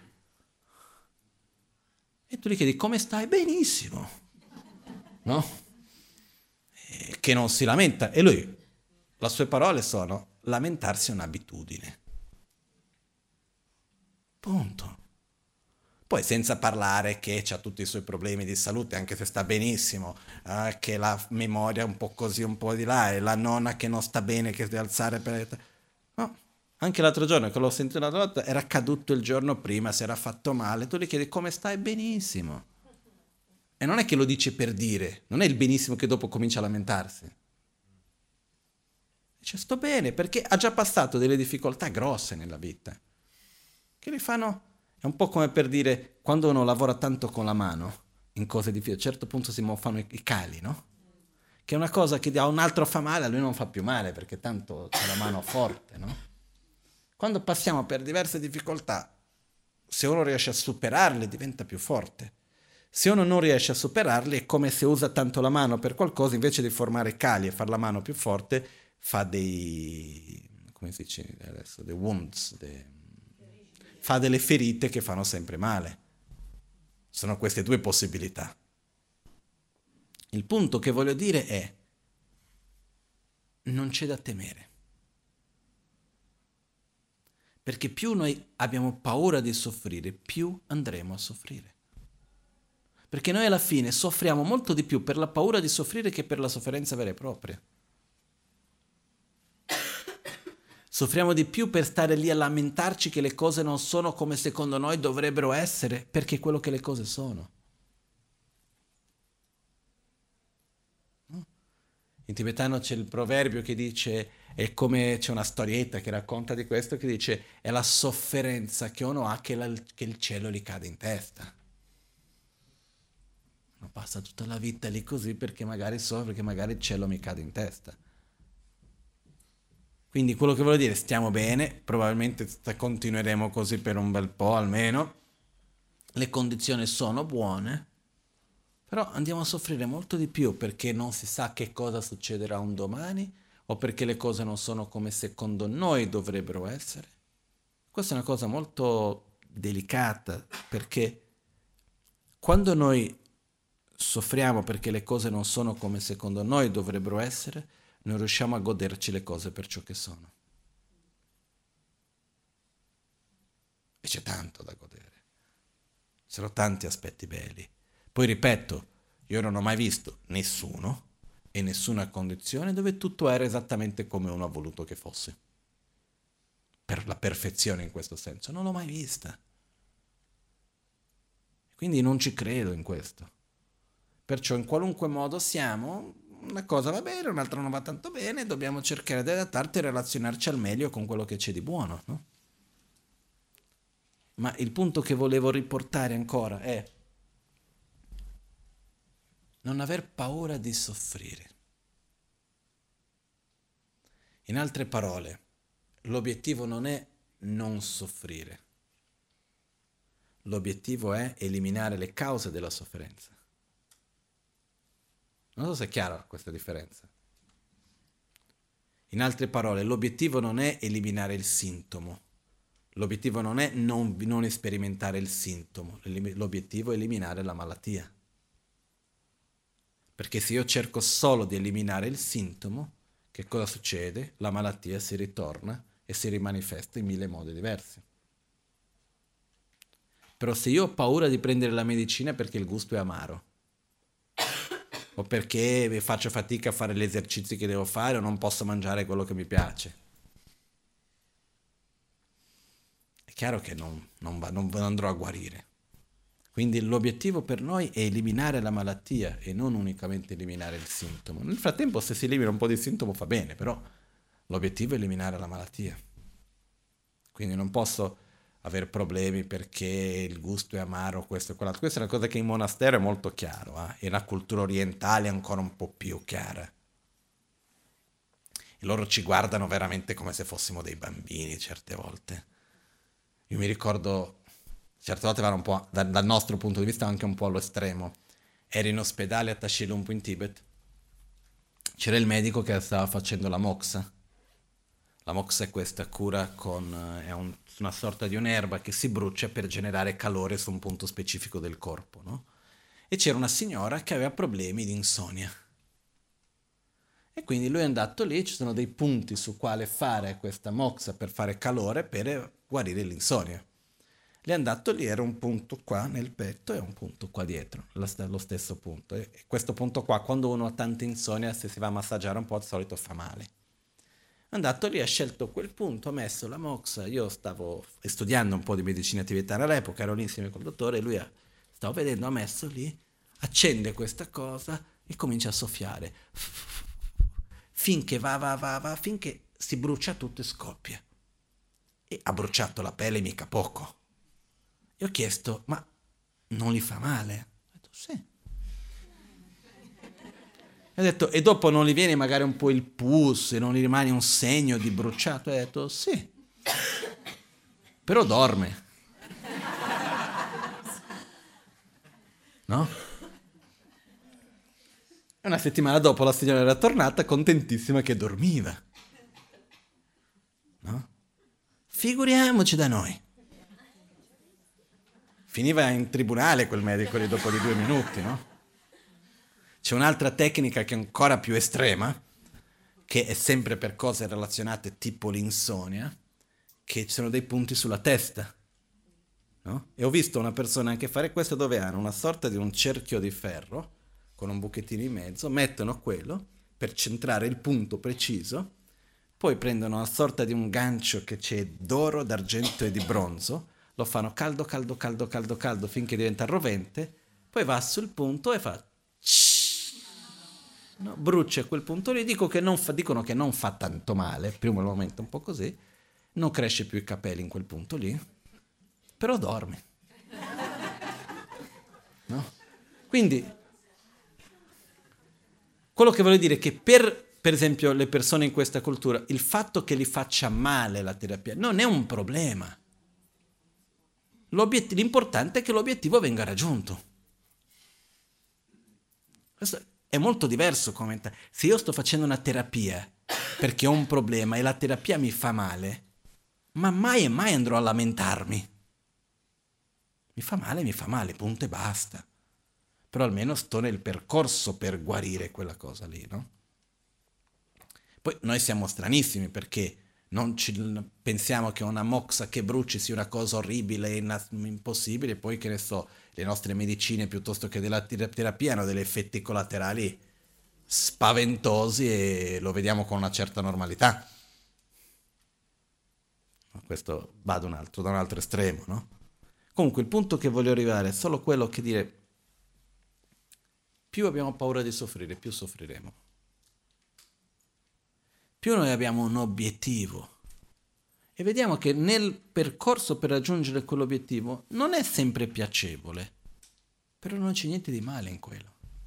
E tu gli chiedi come stai? Benissimo, no? Che non si lamenta. E lui, le sue parole sono, lamentarsi è un'abitudine. Punto. Poi senza parlare che ha tutti i suoi problemi di salute, anche se sta benissimo, che la memoria è un po' così, un po' di là, e la nonna che non sta bene, che deve alzare per... No. Anche l'altro giorno che l'ho sentito l'altra volta, era caduto il giorno prima, si era fatto male, tu gli chiedi come stai? Benissimo. E non è che lo dice per dire, non è il benissimo che dopo comincia a lamentarsi. Dice sto bene perché ha già passato delle difficoltà grosse nella vita, che li fanno, è un po' come per dire, quando uno lavora tanto con la mano, in cose difficili, a un certo punto si fanno i cali, no? Che è una cosa che a un altro fa male, a lui non fa più male, perché tanto c'è la mano forte, no? Quando passiamo per diverse difficoltà, se uno riesce a superarle diventa più forte. Se uno non riesce a superarli è come se usa tanto la mano per qualcosa, invece di formare cali e fare la mano più forte, fa come si dice adesso, dei wounds, fa delle ferite che fanno sempre male. Sono queste due possibilità. Il punto che voglio dire è, non c'è da temere. Perché più noi abbiamo paura di soffrire, più andremo a soffrire. Perché noi alla fine soffriamo molto di più per la paura di soffrire che per la sofferenza vera e propria. Soffriamo di più per stare lì a lamentarci che le cose non sono come secondo noi dovrebbero essere, perché è quello che le cose sono. In tibetano c'è il proverbio che dice, è come c'è una storietta che racconta di questo, che dice, è la sofferenza che uno ha che il cielo gli cade in testa. Uno passa tutta la vita lì così perché magari so, perché magari il cielo mi cade in testa. Quindi quello che voglio dire, stiamo bene, probabilmente continueremo così per un bel po' almeno, le condizioni sono buone, però andiamo a soffrire molto di più perché non si sa che cosa succederà un domani o perché le cose non sono come secondo noi dovrebbero essere. Questa è una cosa molto delicata perché quando noi soffriamo perché le cose non sono come secondo noi dovrebbero essere, non riusciamo a goderci le cose per ciò che sono. E c'è tanto da godere. Ci sono tanti aspetti belli. Poi ripeto, Io non ho mai visto nessuno e nessuna condizione dove tutto era esattamente come uno ha voluto che fosse. Per la perfezione in questo senso. Non l'ho mai vista. Quindi non ci credo in questo. Perciò in qualunque modo siamo, una cosa va bene, un'altra non va tanto bene, dobbiamo cercare di adattarci e relazionarci al meglio con quello che c'è di buono, no? Ma il punto che volevo riportare ancora è non aver paura di soffrire. In altre parole, l'obiettivo non è non soffrire. L'obiettivo è eliminare le cause della sofferenza. Non so se è chiara questa differenza. In altre parole, l'obiettivo non è eliminare il sintomo. L'obiettivo non è non sperimentare il sintomo. L'obiettivo è eliminare la malattia. Perché se io cerco solo di eliminare il sintomo, che cosa succede? La malattia si ritorna e si rimanifesta in 1000 modi diversi. Però se io ho paura di prendere la medicina perché il gusto è amaro, o perché faccio fatica a fare gli esercizi che devo fare o non posso mangiare quello che mi piace, è chiaro che non andrò a guarire. Quindi l'obiettivo per noi è eliminare la malattia e non unicamente eliminare il sintomo. Nel frattempo, se si elimina un po' di sintomo fa bene, però l'obiettivo è eliminare la malattia. Quindi non posso avere problemi perché il gusto è amaro, questo e quell'altro. Questa è una cosa che in monastero è molto chiaro, e la cultura orientale è ancora un po' più chiara. E loro ci guardano veramente come se fossimo dei bambini certe volte. Io mi ricordo, certe volte vanno un po', dal nostro punto di vista, anche un po' all'estremo. Ero in ospedale a Tashi Lumpo in Tibet. C'era il medico che stava facendo la moxa. La moxa è questa cura è una sorta di un'erba che si brucia per generare calore su un punto specifico del corpo, no? E c'era una signora che aveva problemi di insonnia. E quindi lui è andato lì, ci sono dei punti su quale fare questa moxa per fare calore per guarire l'insonnia. Lì è andato lì, era un punto qua nel petto e un punto qua dietro, lo stesso punto. E questo punto qua, quando uno ha tanta insonnia, se si va a massaggiare un po', di solito fa male. È andato lì, ha scelto quel punto, ha messo la moxa. Io stavo studiando un po' di medicina tibetana all'epoca, ero lì insieme col dottore, e lui stavo vedendo, ha messo lì, accende questa cosa e comincia a soffiare. Finché va, finché si brucia tutto e scoppia. E ha bruciato la pelle mica poco. E ho chiesto, ma non gli fa male? Ha detto, sì. E ho detto, e dopo non gli viene magari un po' il pus e non gli rimane un segno di bruciato? E ho detto, sì. Però dorme. No? E una settimana dopo la signora era tornata contentissima che dormiva. No? Figuriamoci da noi. Finiva in tribunale quel medico lì dopo di 2 minuti, no? C'è un'altra tecnica che è ancora più estrema, che è sempre per cose relazionate tipo l'insonnia, che ci sono dei punti sulla testa, no? E ho visto una persona anche fare questo dove hanno una sorta di un cerchio di ferro con un buchettino in mezzo, mettono quello per centrare il punto preciso, poi prendono una sorta di un gancio che c'è d'oro, d'argento e di bronzo, lo fanno caldo finché diventa rovente, poi va sul punto e fa no, brucia quel punto lì. Dicono che non fa tanto male, primo momento un po' così, non cresce più i capelli in quel punto lì, però dorme. No? Quindi quello che voglio dire è che per esempio le persone in questa cultura, il fatto che gli faccia male la terapia non è un problema. L'importante è che l'obiettivo venga raggiunto. Questo è molto diverso commentare. Se io sto facendo una terapia perché ho un problema e la terapia mi fa male, ma mai e mai andrò a lamentarmi. Mi fa male, punto e basta. Però almeno sto nel percorso per guarire quella cosa lì, no? Poi noi siamo stranissimi perché pensiamo che una moxa che bruci sia una cosa orribile e impossibile, poi che ne so, le nostre medicine piuttosto che della terapia hanno degli effetti collaterali spaventosi e lo vediamo con una certa normalità. Questo va da un altro estremo, no? Comunque il punto che voglio arrivare è solo quello che dire, più abbiamo paura di soffrire, più soffriremo. Più noi abbiamo un obiettivo e vediamo che nel percorso per raggiungere quell'obiettivo non è sempre piacevole, però non c'è niente di male in quello.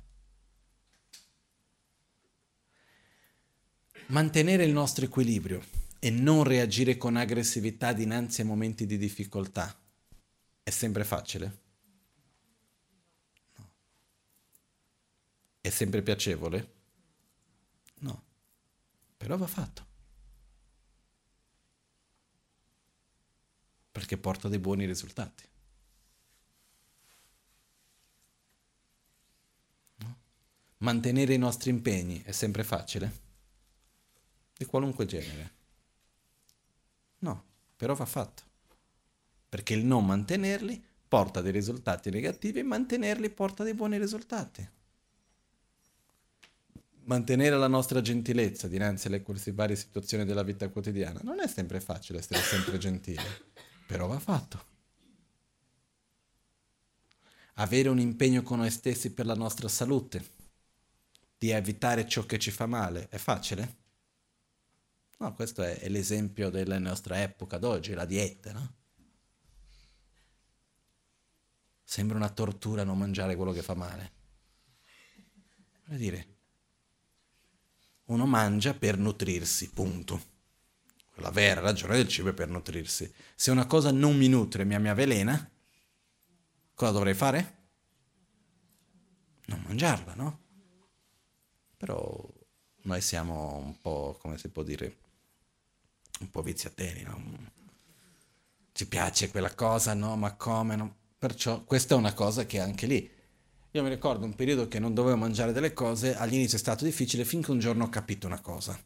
Mantenere il nostro equilibrio e non reagire con aggressività dinanzi ai momenti di difficoltà è sempre facile? No. È sempre piacevole? No. Però va fatto. Perché porta dei buoni risultati. No? Mantenere i nostri impegni è sempre facile? Di qualunque genere. No, però va fatto. Perché il non mantenerli porta dei risultati negativi e mantenerli porta dei buoni risultati. Mantenere la nostra gentilezza dinanzi alle varie situazioni della vita quotidiana non è sempre facile essere sempre gentile, però va fatto. Avere un impegno con noi stessi per la nostra salute, di evitare ciò che ci fa male, è facile? No, questo è l'esempio della nostra epoca d'oggi, la dieta, no? Sembra una tortura non mangiare quello che fa male. Vuol dire, uno mangia per nutrirsi, punto. La vera ragione del cibo è per nutrirsi. Se una cosa non mi nutre, mi avvelena, cosa dovrei fare? Non mangiarla, no? Però noi siamo un po', come si può dire, un po' viziatelli, no? Ci piace quella cosa, no? Ma come? No? Perciò questa è una cosa che anche lì. Io mi ricordo un periodo che non dovevo mangiare delle cose, all'inizio è stato difficile finché un giorno ho capito una cosa.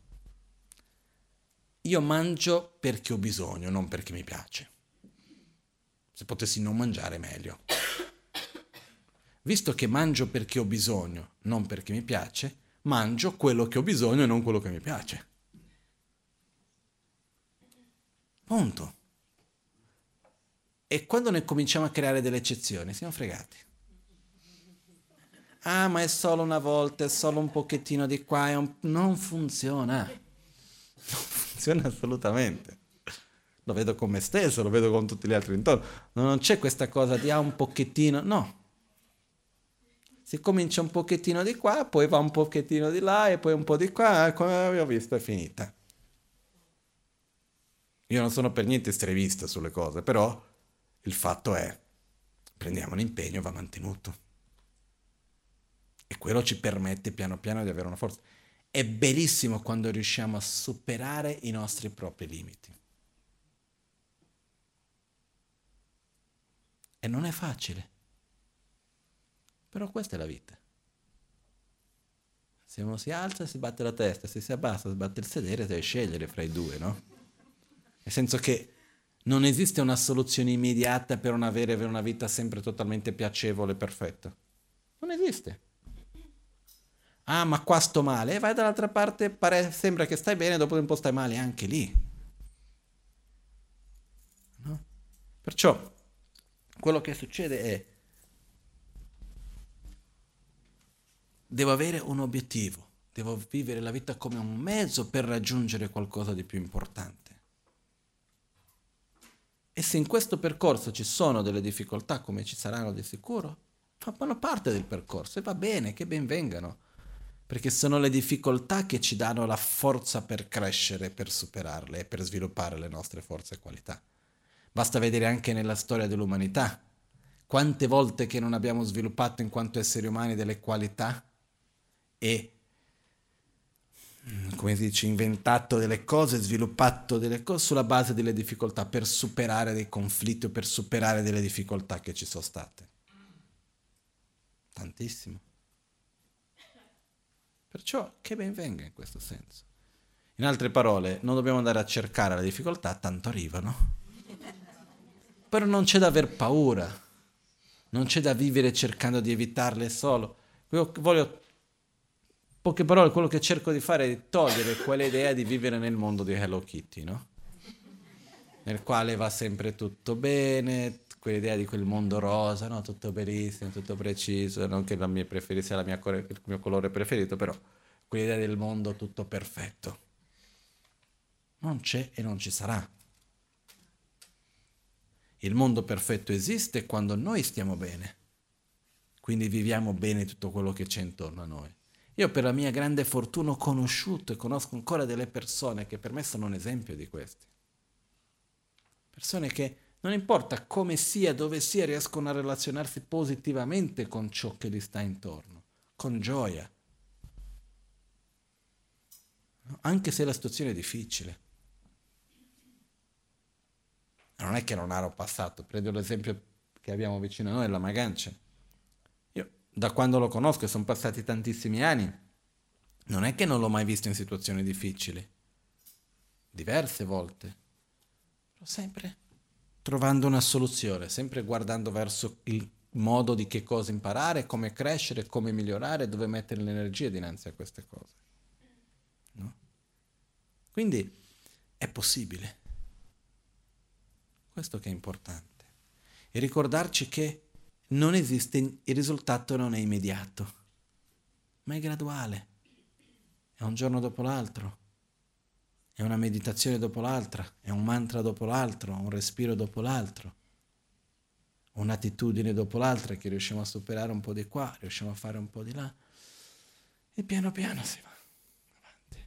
Io mangio perché ho bisogno, non perché mi piace. Se potessi non mangiare meglio. Visto che mangio perché ho bisogno, non perché mi piace, mangio quello che ho bisogno e non quello che mi piace. Punto. E quando ne cominciamo a creare delle eccezioni, siamo fregati. Ah, ma è solo una volta, è solo un pochettino di qua, non funziona. Non funziona assolutamente. Lo vedo con me stesso, lo vedo con tutti gli altri intorno. Non c'è questa cosa di un pochettino, no. Si comincia un pochettino di qua, poi va un pochettino di là e poi un po' di qua, come avevo visto è finita. Io non sono per niente estremista sulle cose, però il fatto è, prendiamo l'impegno, va mantenuto. E quello ci permette piano piano di avere una forza. È bellissimo quando riusciamo a superare i nostri propri limiti. E non è facile. Però questa è la vita. Se uno si alza si batte la testa, se si abbassa si batte il sedere, deve scegliere fra i due, no? Nel senso che non esiste una soluzione immediata per non avere una vita sempre totalmente piacevole e perfetta. Non esiste. Ah, ma qua sto male. E vai dall'altra parte, sembra che stai bene, dopo un po' stai male anche lì. No? Perciò, quello che succede è, devo avere un obiettivo, devo vivere la vita come un mezzo per raggiungere qualcosa di più importante. E se in questo percorso ci sono delle difficoltà, come ci saranno di sicuro, fanno parte del percorso e va bene, che ben vengano, perché sono le difficoltà che ci danno la forza per crescere, per superarle e per sviluppare le nostre forze e qualità. Basta vedere anche nella storia dell'umanità, quante volte che non abbiamo sviluppato in quanto esseri umani delle qualità e, come si dice, inventato delle cose, sviluppato delle cose sulla base delle difficoltà per superare dei conflitti o per superare delle difficoltà che ci sono state. Tantissimo. Perciò che ben venga in questo senso. In altre parole, non dobbiamo andare a cercare la difficoltà, tanto arrivano. Però non c'è da aver paura, non c'è da vivere cercando di evitarle solo. Io voglio, poche parole, quello che cerco di fare è togliere quell'idea di vivere nel mondo di Hello Kitty, no? Nel quale va sempre tutto bene, quell'idea di quel mondo rosa, no? Tutto bellissimo, tutto preciso, non che la mia sia il mio colore preferito, però quell'idea del mondo tutto perfetto. Non c'è e non ci sarà. Il mondo perfetto esiste quando noi stiamo bene, quindi viviamo bene tutto quello che c'è intorno a noi. Io per la mia grande fortuna ho conosciuto e conosco ancora delle persone che per me sono un esempio di questi. Persone che non importa come sia, dove sia, riescono a relazionarsi positivamente con ciò che gli sta intorno, con gioia, anche se la situazione è difficile. Non è che non hanno passato, prendo l'esempio che abbiamo vicino a noi, la Magancia. Io da quando lo conosco, e sono passati tantissimi anni, non è che non l'ho mai visto in situazioni difficili, diverse volte, però sempre trovando una soluzione, sempre guardando verso il modo di che cosa imparare, come crescere, come migliorare, dove mettere l'energia dinanzi a queste cose. No? Quindi è possibile. Questo che è importante. E ricordarci che non esiste, il risultato non è immediato, ma è graduale. È un giorno dopo l'altro, è una meditazione dopo l'altra, è un mantra dopo l'altro, un respiro dopo l'altro, un'attitudine dopo l'altra che riusciamo a superare un po' di qua, riusciamo a fare un po' di là, e piano piano si va avanti.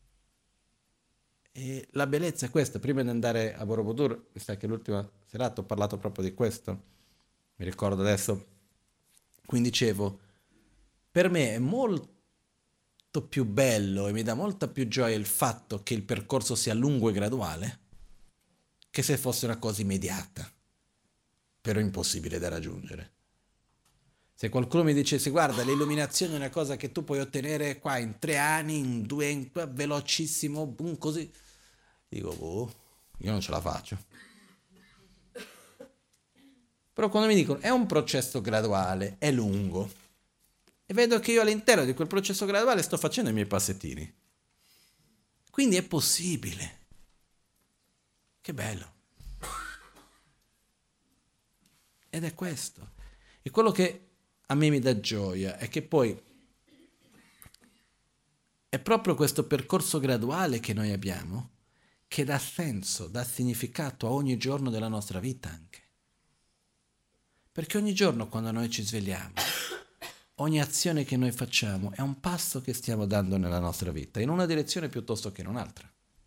E la bellezza è questa. Prima di andare a Borobudur, mi sa che l'ultima serata ho parlato proprio di questo, mi ricordo adesso, quindi dicevo, per me è molto più bello e mi dà molta più gioia il fatto che il percorso sia lungo e graduale che se fosse una cosa immediata, però impossibile da raggiungere. Se qualcuno mi dicesse guarda, l'illuminazione è una cosa che tu puoi ottenere qua in 3 anni, in 2, velocissimo, boom, così, dico boh, io non ce la faccio. Però quando mi dicono è un processo graduale, è lungo, e vedo che io all'interno di quel processo graduale sto facendo i miei passettini. Quindi è possibile. Che bello. Ed è questo. E quello che a me mi dà gioia è che poi è proprio questo percorso graduale che noi abbiamo che dà senso, dà significato a ogni giorno della nostra vita anche. Perché ogni giorno quando noi ci svegliamo, ogni azione che noi facciamo è un passo che stiamo dando nella nostra vita, in una direzione piuttosto che in un'altra.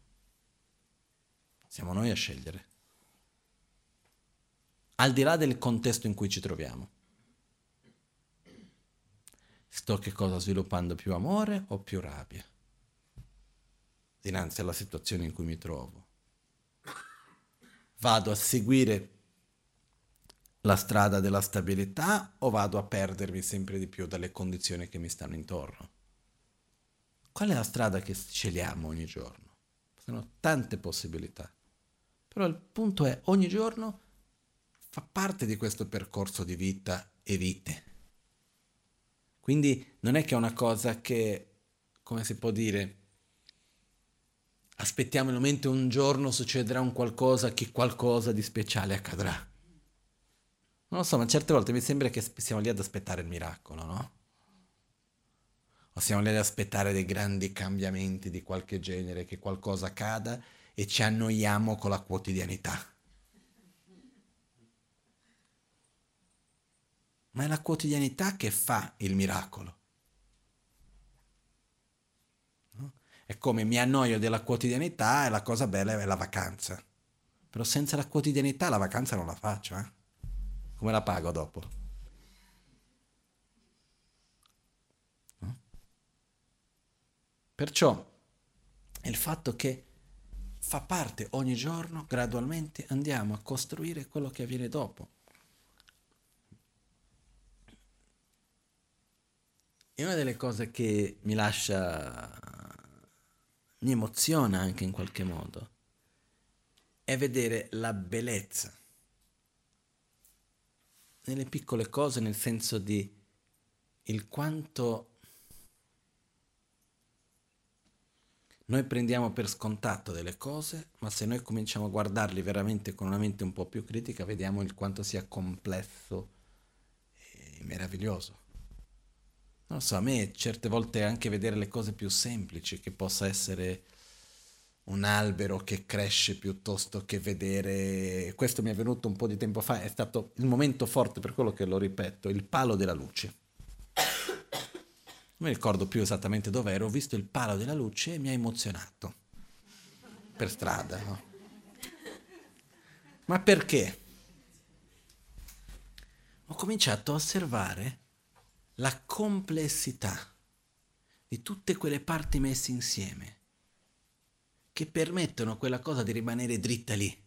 Siamo noi a scegliere. Al di là del contesto in cui ci troviamo. Sto che cosa sviluppando più amore o più rabbia? Dinanzi alla situazione in cui mi trovo. Vado a seguire la strada della stabilità o vado a perdermi sempre di più dalle condizioni che mi stanno intorno? Qual è la strada che scegliamo ogni giorno? Sono tante possibilità. Però il punto è, ogni giorno fa parte di questo percorso di vita e vite. Quindi non è che è una cosa che, come si può dire, aspettiamo il momento un giorno succederà un qualcosa, che qualcosa di speciale accadrà. Non lo so, ma certe volte mi sembra che siamo lì ad aspettare il miracolo, no? O siamo lì ad aspettare dei grandi cambiamenti di qualche genere, che qualcosa accada e ci annoiamo con la quotidianità. Ma è la quotidianità che fa il miracolo. No? È come mi annoio della quotidianità e la cosa bella è la vacanza. Però senza la quotidianità la vacanza non la faccio, eh? Come la pago dopo? No? Perciò il fatto che fa parte ogni giorno, gradualmente andiamo a costruire quello che avviene dopo. E una delle cose che mi mi emoziona anche in qualche modo, è vedere la bellezza nelle piccole cose, nel senso di il quanto noi prendiamo per scontato delle cose, ma se noi cominciamo a guardarli veramente con una mente un po' più critica, vediamo il quanto sia complesso e meraviglioso. Non so, a me certe volte anche vedere le cose più semplici, che possa essere un albero che cresce piuttosto che vedere... Questo mi è venuto un po' di tempo fa, è stato il momento forte, per quello che lo ripeto, il palo della luce. Non mi ricordo più esattamente dove ero, ho visto il palo della luce e mi ha emozionato. Per strada, no? Ma perché? Ho cominciato a osservare la complessità di tutte quelle parti messe insieme che permettono a quella cosa di rimanere dritta lì.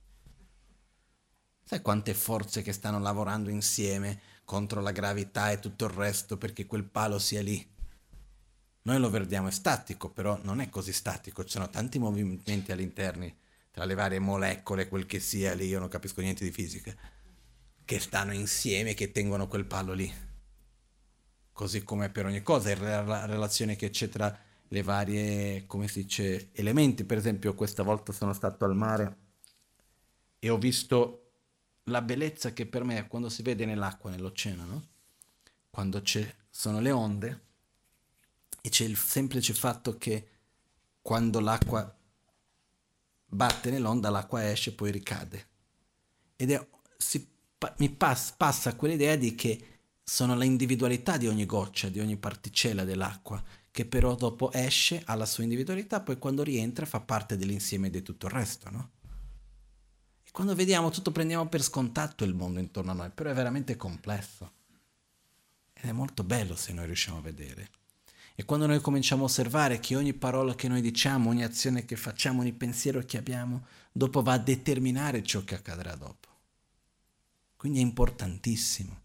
Sai quante forze che stanno lavorando insieme contro la gravità e tutto il resto perché quel palo sia lì? Noi lo vediamo è statico, però non è così statico, ci sono tanti movimenti all'interno, tra le varie molecole, quel che sia lì, io non capisco niente di fisica, che stanno insieme e che tengono quel palo lì. Così come per ogni cosa, la relazione che c'è tra le varie, come si dice, elementi. Per esempio, questa volta sono stato al mare e ho visto la bellezza che per me, quando si vede nell'acqua, nell'oceano, no? Quando sono le onde e c'è il semplice fatto che quando l'acqua batte nell'onda, l'acqua esce e poi ricade. Ed è, passa quell'idea di che sono la individualità di ogni goccia, di ogni particella dell'acqua, che però dopo esce, ha la sua individualità, poi quando rientra fa parte dell'insieme di tutto il resto, no? E quando vediamo tutto prendiamo per scontato il mondo intorno a noi, però è veramente complesso. Ed è molto bello se noi riusciamo a vedere. E quando noi cominciamo a osservare che ogni parola che noi diciamo, ogni azione che facciamo, ogni pensiero che abbiamo, dopo va a determinare ciò che accadrà dopo. Quindi è importantissimo.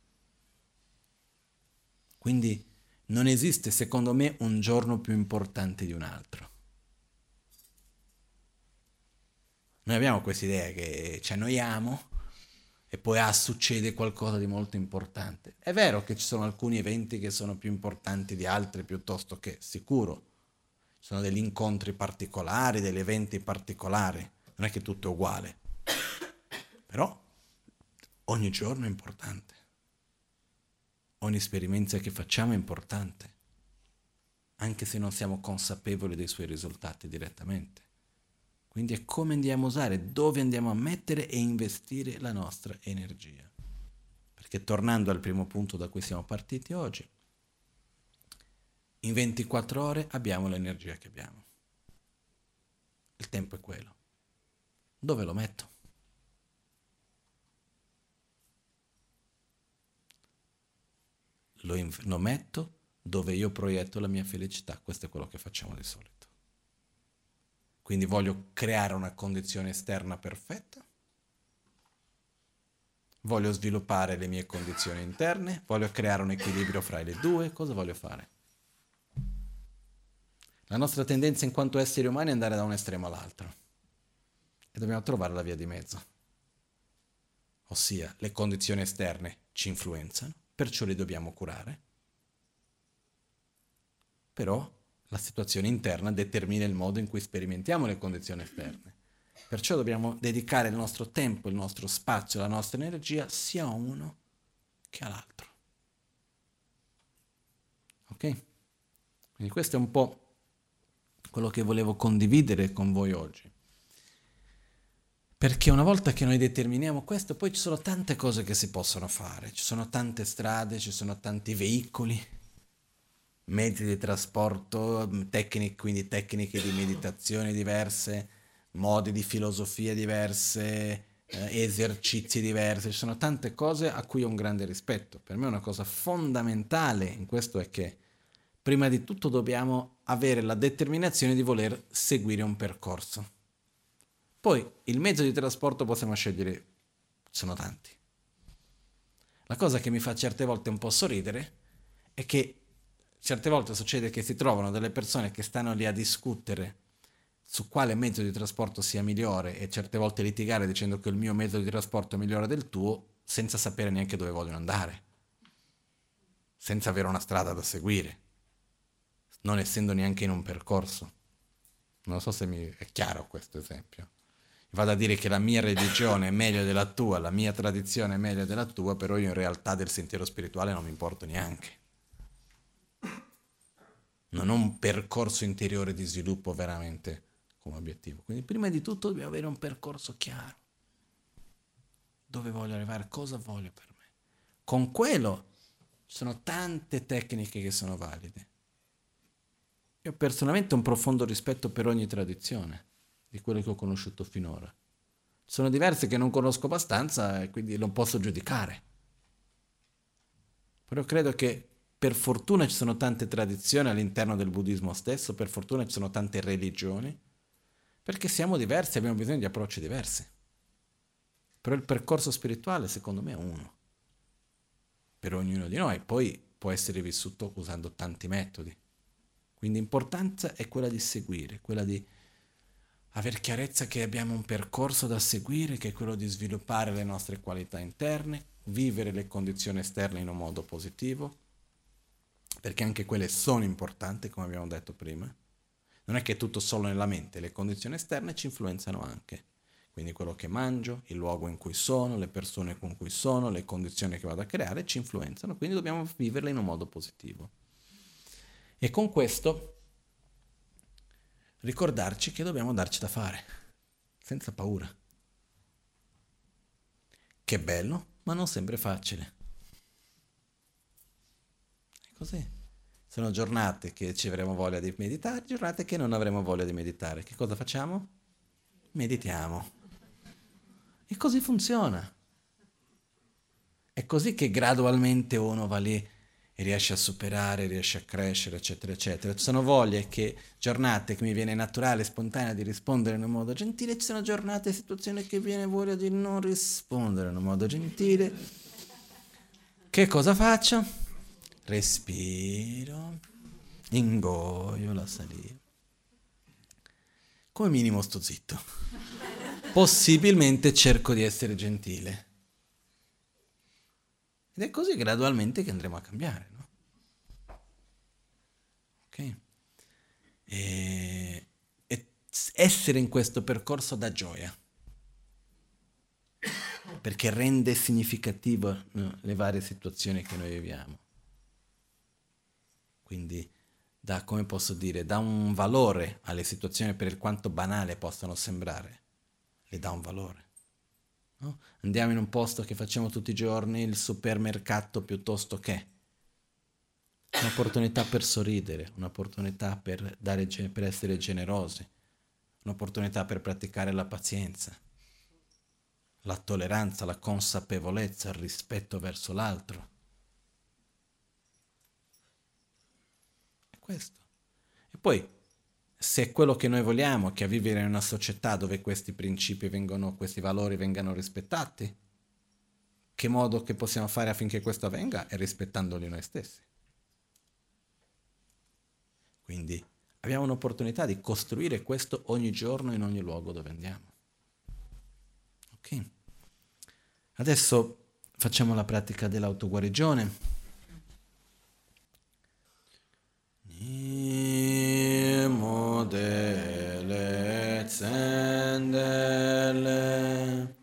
Quindi non esiste, secondo me, un giorno più importante di un altro. Noi abbiamo questa idea che ci annoiamo e poi succede qualcosa di molto importante. È vero che ci sono alcuni eventi che sono più importanti di altri, piuttosto che sicuro. Ci sono degli incontri particolari, degli eventi particolari. Non è che tutto è uguale. Però ogni giorno è importante. Ogni esperienza che facciamo è importante, anche se non siamo consapevoli dei suoi risultati direttamente. Quindi è come andiamo a usare, dove andiamo a mettere e investire la nostra energia. Perché tornando al primo punto da cui siamo partiti oggi, in 24 ore abbiamo l'energia che abbiamo. Il tempo è quello. Dove lo metto? Lo metto dove io proietto la mia felicità. Questo è quello che facciamo di solito. Quindi voglio creare una condizione esterna perfetta, voglio sviluppare le mie condizioni interne, voglio creare un equilibrio fra le due. Cosa voglio fare? La nostra tendenza in quanto esseri umani è andare da un estremo all'altro e dobbiamo trovare la via di mezzo. Ossia, le condizioni esterne ci influenzano, perciò li dobbiamo curare, però la situazione interna determina il modo in cui sperimentiamo le condizioni esterne. Perciò dobbiamo dedicare il nostro tempo, il nostro spazio, la nostra energia sia a uno che all'altro. Ok? Quindi questo è un po' quello che volevo condividere con voi oggi. Perché una volta che noi determiniamo questo, poi ci sono tante cose che si possono fare, ci sono tante strade, ci sono tanti veicoli, mezzi di trasporto, quindi tecniche di meditazione diverse, modi di filosofia diverse, esercizi diversi, ci sono tante cose a cui ho un grande rispetto. Per me una cosa fondamentale in questo è che prima di tutto dobbiamo avere la determinazione di voler seguire un percorso. Poi il mezzo di trasporto possiamo scegliere, sono tanti. La cosa che mi fa certe volte un po' sorridere è che Certe volte succede che si trovano delle persone che stanno lì a discutere su quale mezzo di trasporto sia migliore e certe volte litigare dicendo che il mio mezzo di trasporto è migliore del tuo senza sapere neanche dove vogliono andare, senza avere una strada da seguire, non essendo neanche in un percorso. Non so se mi è chiaro questo esempio. Vado a dire che la mia religione è meglio della tua, la mia tradizione è meglio della tua, però io in realtà del sentiero spirituale non mi importo neanche. Non ho un percorso interiore di sviluppo veramente come obiettivo. Quindi prima di tutto dobbiamo avere un percorso chiaro. Dove voglio arrivare? Cosa voglio per me? Con quello ci sono tante tecniche che sono valide. Io personalmente ho un profondo rispetto per ogni tradizione di quelle che ho conosciuto finora. Sono diverse che non conosco abbastanza e quindi non posso giudicare. Però credo che per fortuna ci sono tante tradizioni all'interno del buddismo stesso, per fortuna ci sono tante religioni, perché siamo diversi e abbiamo bisogno di approcci diversi. Però il percorso spirituale secondo me è uno, per ognuno di noi, poi può essere vissuto usando tanti metodi. Quindi l'importanza è quella di seguire, quella di aver chiarezza che abbiamo un percorso da seguire, che è quello di sviluppare le nostre qualità interne, vivere le condizioni esterne in un modo positivo, perché anche quelle sono importanti, come abbiamo detto prima. Non è che è tutto solo nella mente, le condizioni esterne ci influenzano anche. Quindi quello che mangio, il luogo in cui sono, le persone con cui sono, le condizioni che vado a creare ci influenzano, quindi dobbiamo viverle in un modo positivo. E con questo ricordarci che dobbiamo darci da fare, senza paura. Che è bello, ma non sempre facile. È così. Sono giornate che ci avremo voglia di meditare, giornate che non avremo voglia di meditare. Che cosa facciamo? Meditiamo. E così funziona. È così che gradualmente uno va lì e riesce a superare, riesce a crescere, eccetera, eccetera. Ci sono voglie che, giornate che mi viene naturale, spontanea di rispondere in un modo gentile, ci sono giornate e situazioni che viene voglia di non rispondere in un modo gentile. Che cosa faccio? Respiro, ingoio la saliva. Come minimo sto zitto. Possibilmente cerco di essere gentile. Ed è così gradualmente che andremo a cambiare, no? Ok? E essere in questo percorso dà gioia, perché rende significativo, no, le varie situazioni che noi viviamo. Quindi dà, come posso dire, dà un valore alle situazioni per quanto banale possano sembrare, le dà un valore. No? Andiamo in un posto che facciamo tutti i giorni, il supermercato piuttosto che un'opportunità per sorridere, un'opportunità per essere generosi, un'opportunità per praticare la pazienza, la tolleranza, la consapevolezza, il rispetto verso l'altro. È questo. E poi, se è quello che noi vogliamo, che è vivere in una società dove questi principi questi valori vengano rispettati, che modo che possiamo fare affinché questo avvenga è rispettandoli noi stessi. Quindi abbiamo un'opportunità di costruire questo ogni giorno in ogni luogo dove andiamo. Ok? Adesso facciamo la pratica dell'autoguarigione. Nimo dele zendele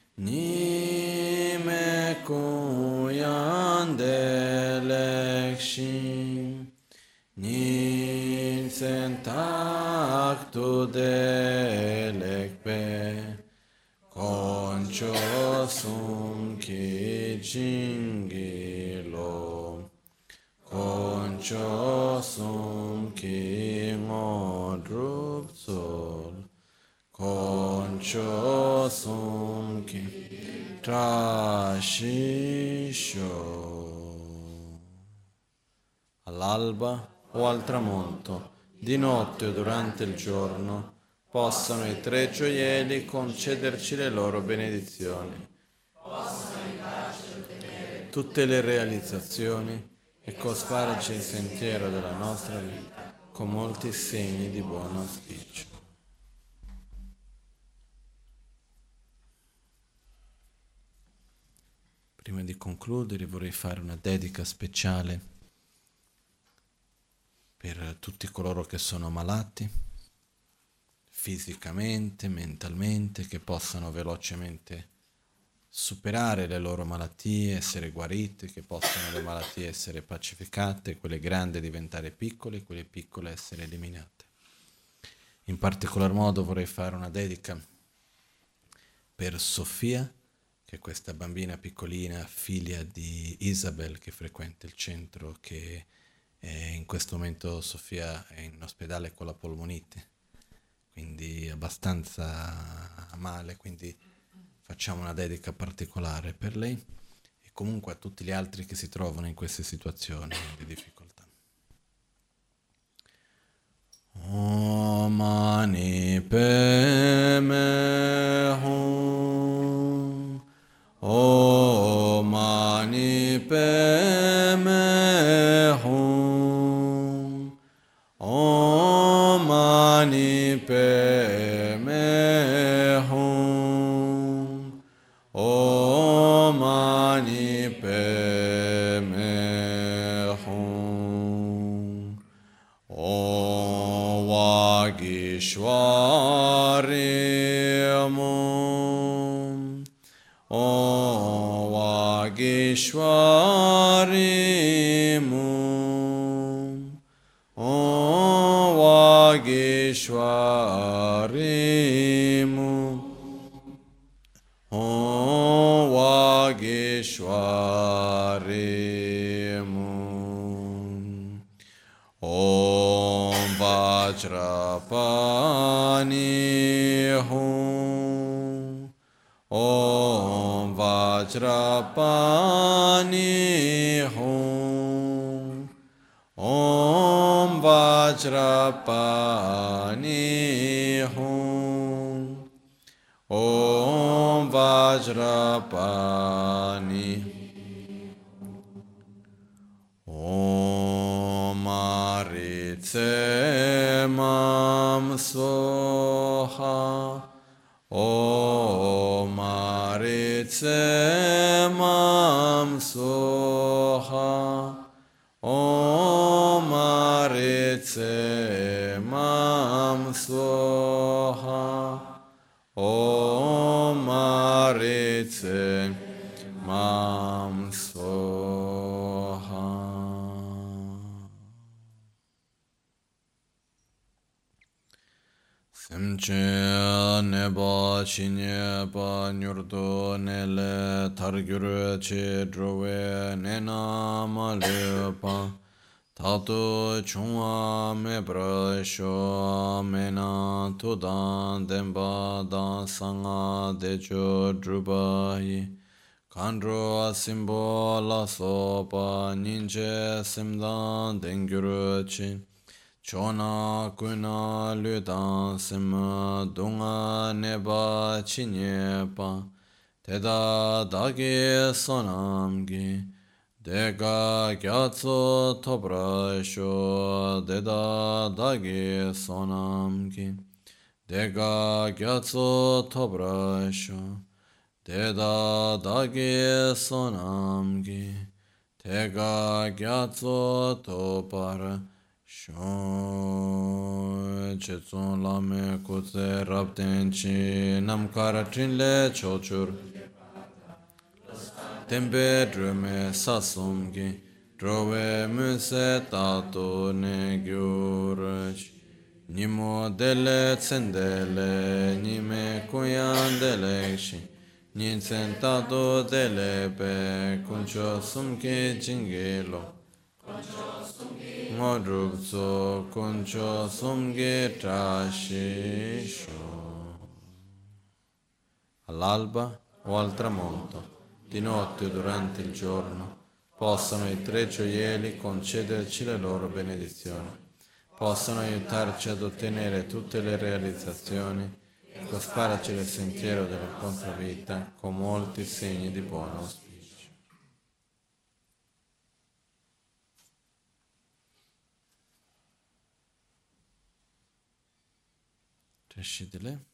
nime kuyan dele kshin nin sentak tu dele kpe concho sum ki jingilo concho sum ki ngodrup sol concho sum ki trashisho. All'alba o al tramonto, di notte o durante il giorno, possano i tre gioielli concederci le loro benedizioni. Tutte le realizzazioni e cospargi il sentiero della nostra vita con molti segni di buon auspicio. Prima di concludere vorrei fare una dedica speciale per tutti coloro che sono malati, fisicamente, mentalmente, che possano velocemente superare le loro malattie, essere guarite, che possano le malattie essere pacificate, quelle grandi diventare piccole, quelle piccole essere eliminate. In particolar modo vorrei fare una dedica per Sofia, che è questa bambina piccolina, figlia di Isabel, che frequenta il centro, che in questo momento Sofia è in ospedale con la polmonite, quindi abbastanza male, quindi facciamo una dedica particolare per lei e comunque a tutti gli altri che si trovano in queste situazioni di difficoltà. Om Mani Padme Hum. Om Mani Padme Hum. Om Mani Padme Hum. Om Mani Padme Hum. Om Vagishvari Mum. Om Vagishvari Mum. Om Vagishvari Mum. Om Vagishvari Mum. Om Vajrapani Hum. Om Vajrapani Hum. Om Vajrapani Hum. Om Vajrapani. Om Aritse Mam Soha. Om Aritse Mam Soha. Om Aritse Mam Soha. Om Aritse Mam Soha. Semche neba chinye pa nyurdo nele targyur che drove nena male pa tato chungwa me brasho mena tudan demba da sanga dejo drubayi kandro asimbo la sopa ninche simdan dengyur che Chona kuna ludan sima dunga neba chinyepa Teda dagi sonamgi Dega gyatso tobrasho Deda dagi sonamgi Dega gyatso tobrasho Deda dagi sonamgi Dega gyatso tobrasho Shon Chetson Lame Kutse Rabten Chi Namkara Trinle Chochur Tembe Drume Sasumgi Drove Muse Tato Negyurach Nimo Dele Tsendele Nime Kuyan Delekshi Ninsen Tato Delepe Kuncho Sumki Jingelo Modrupso Kuncho Sumge Trashisho. All'alba o al tramonto, di notte o durante il giorno, possano i tre gioielli concederci le loro benedizioni, possano aiutarci ad ottenere tutte le realizzazioni e cosparci il sentiero della nostra vita con molti segni di buon auspicio. Reşidile.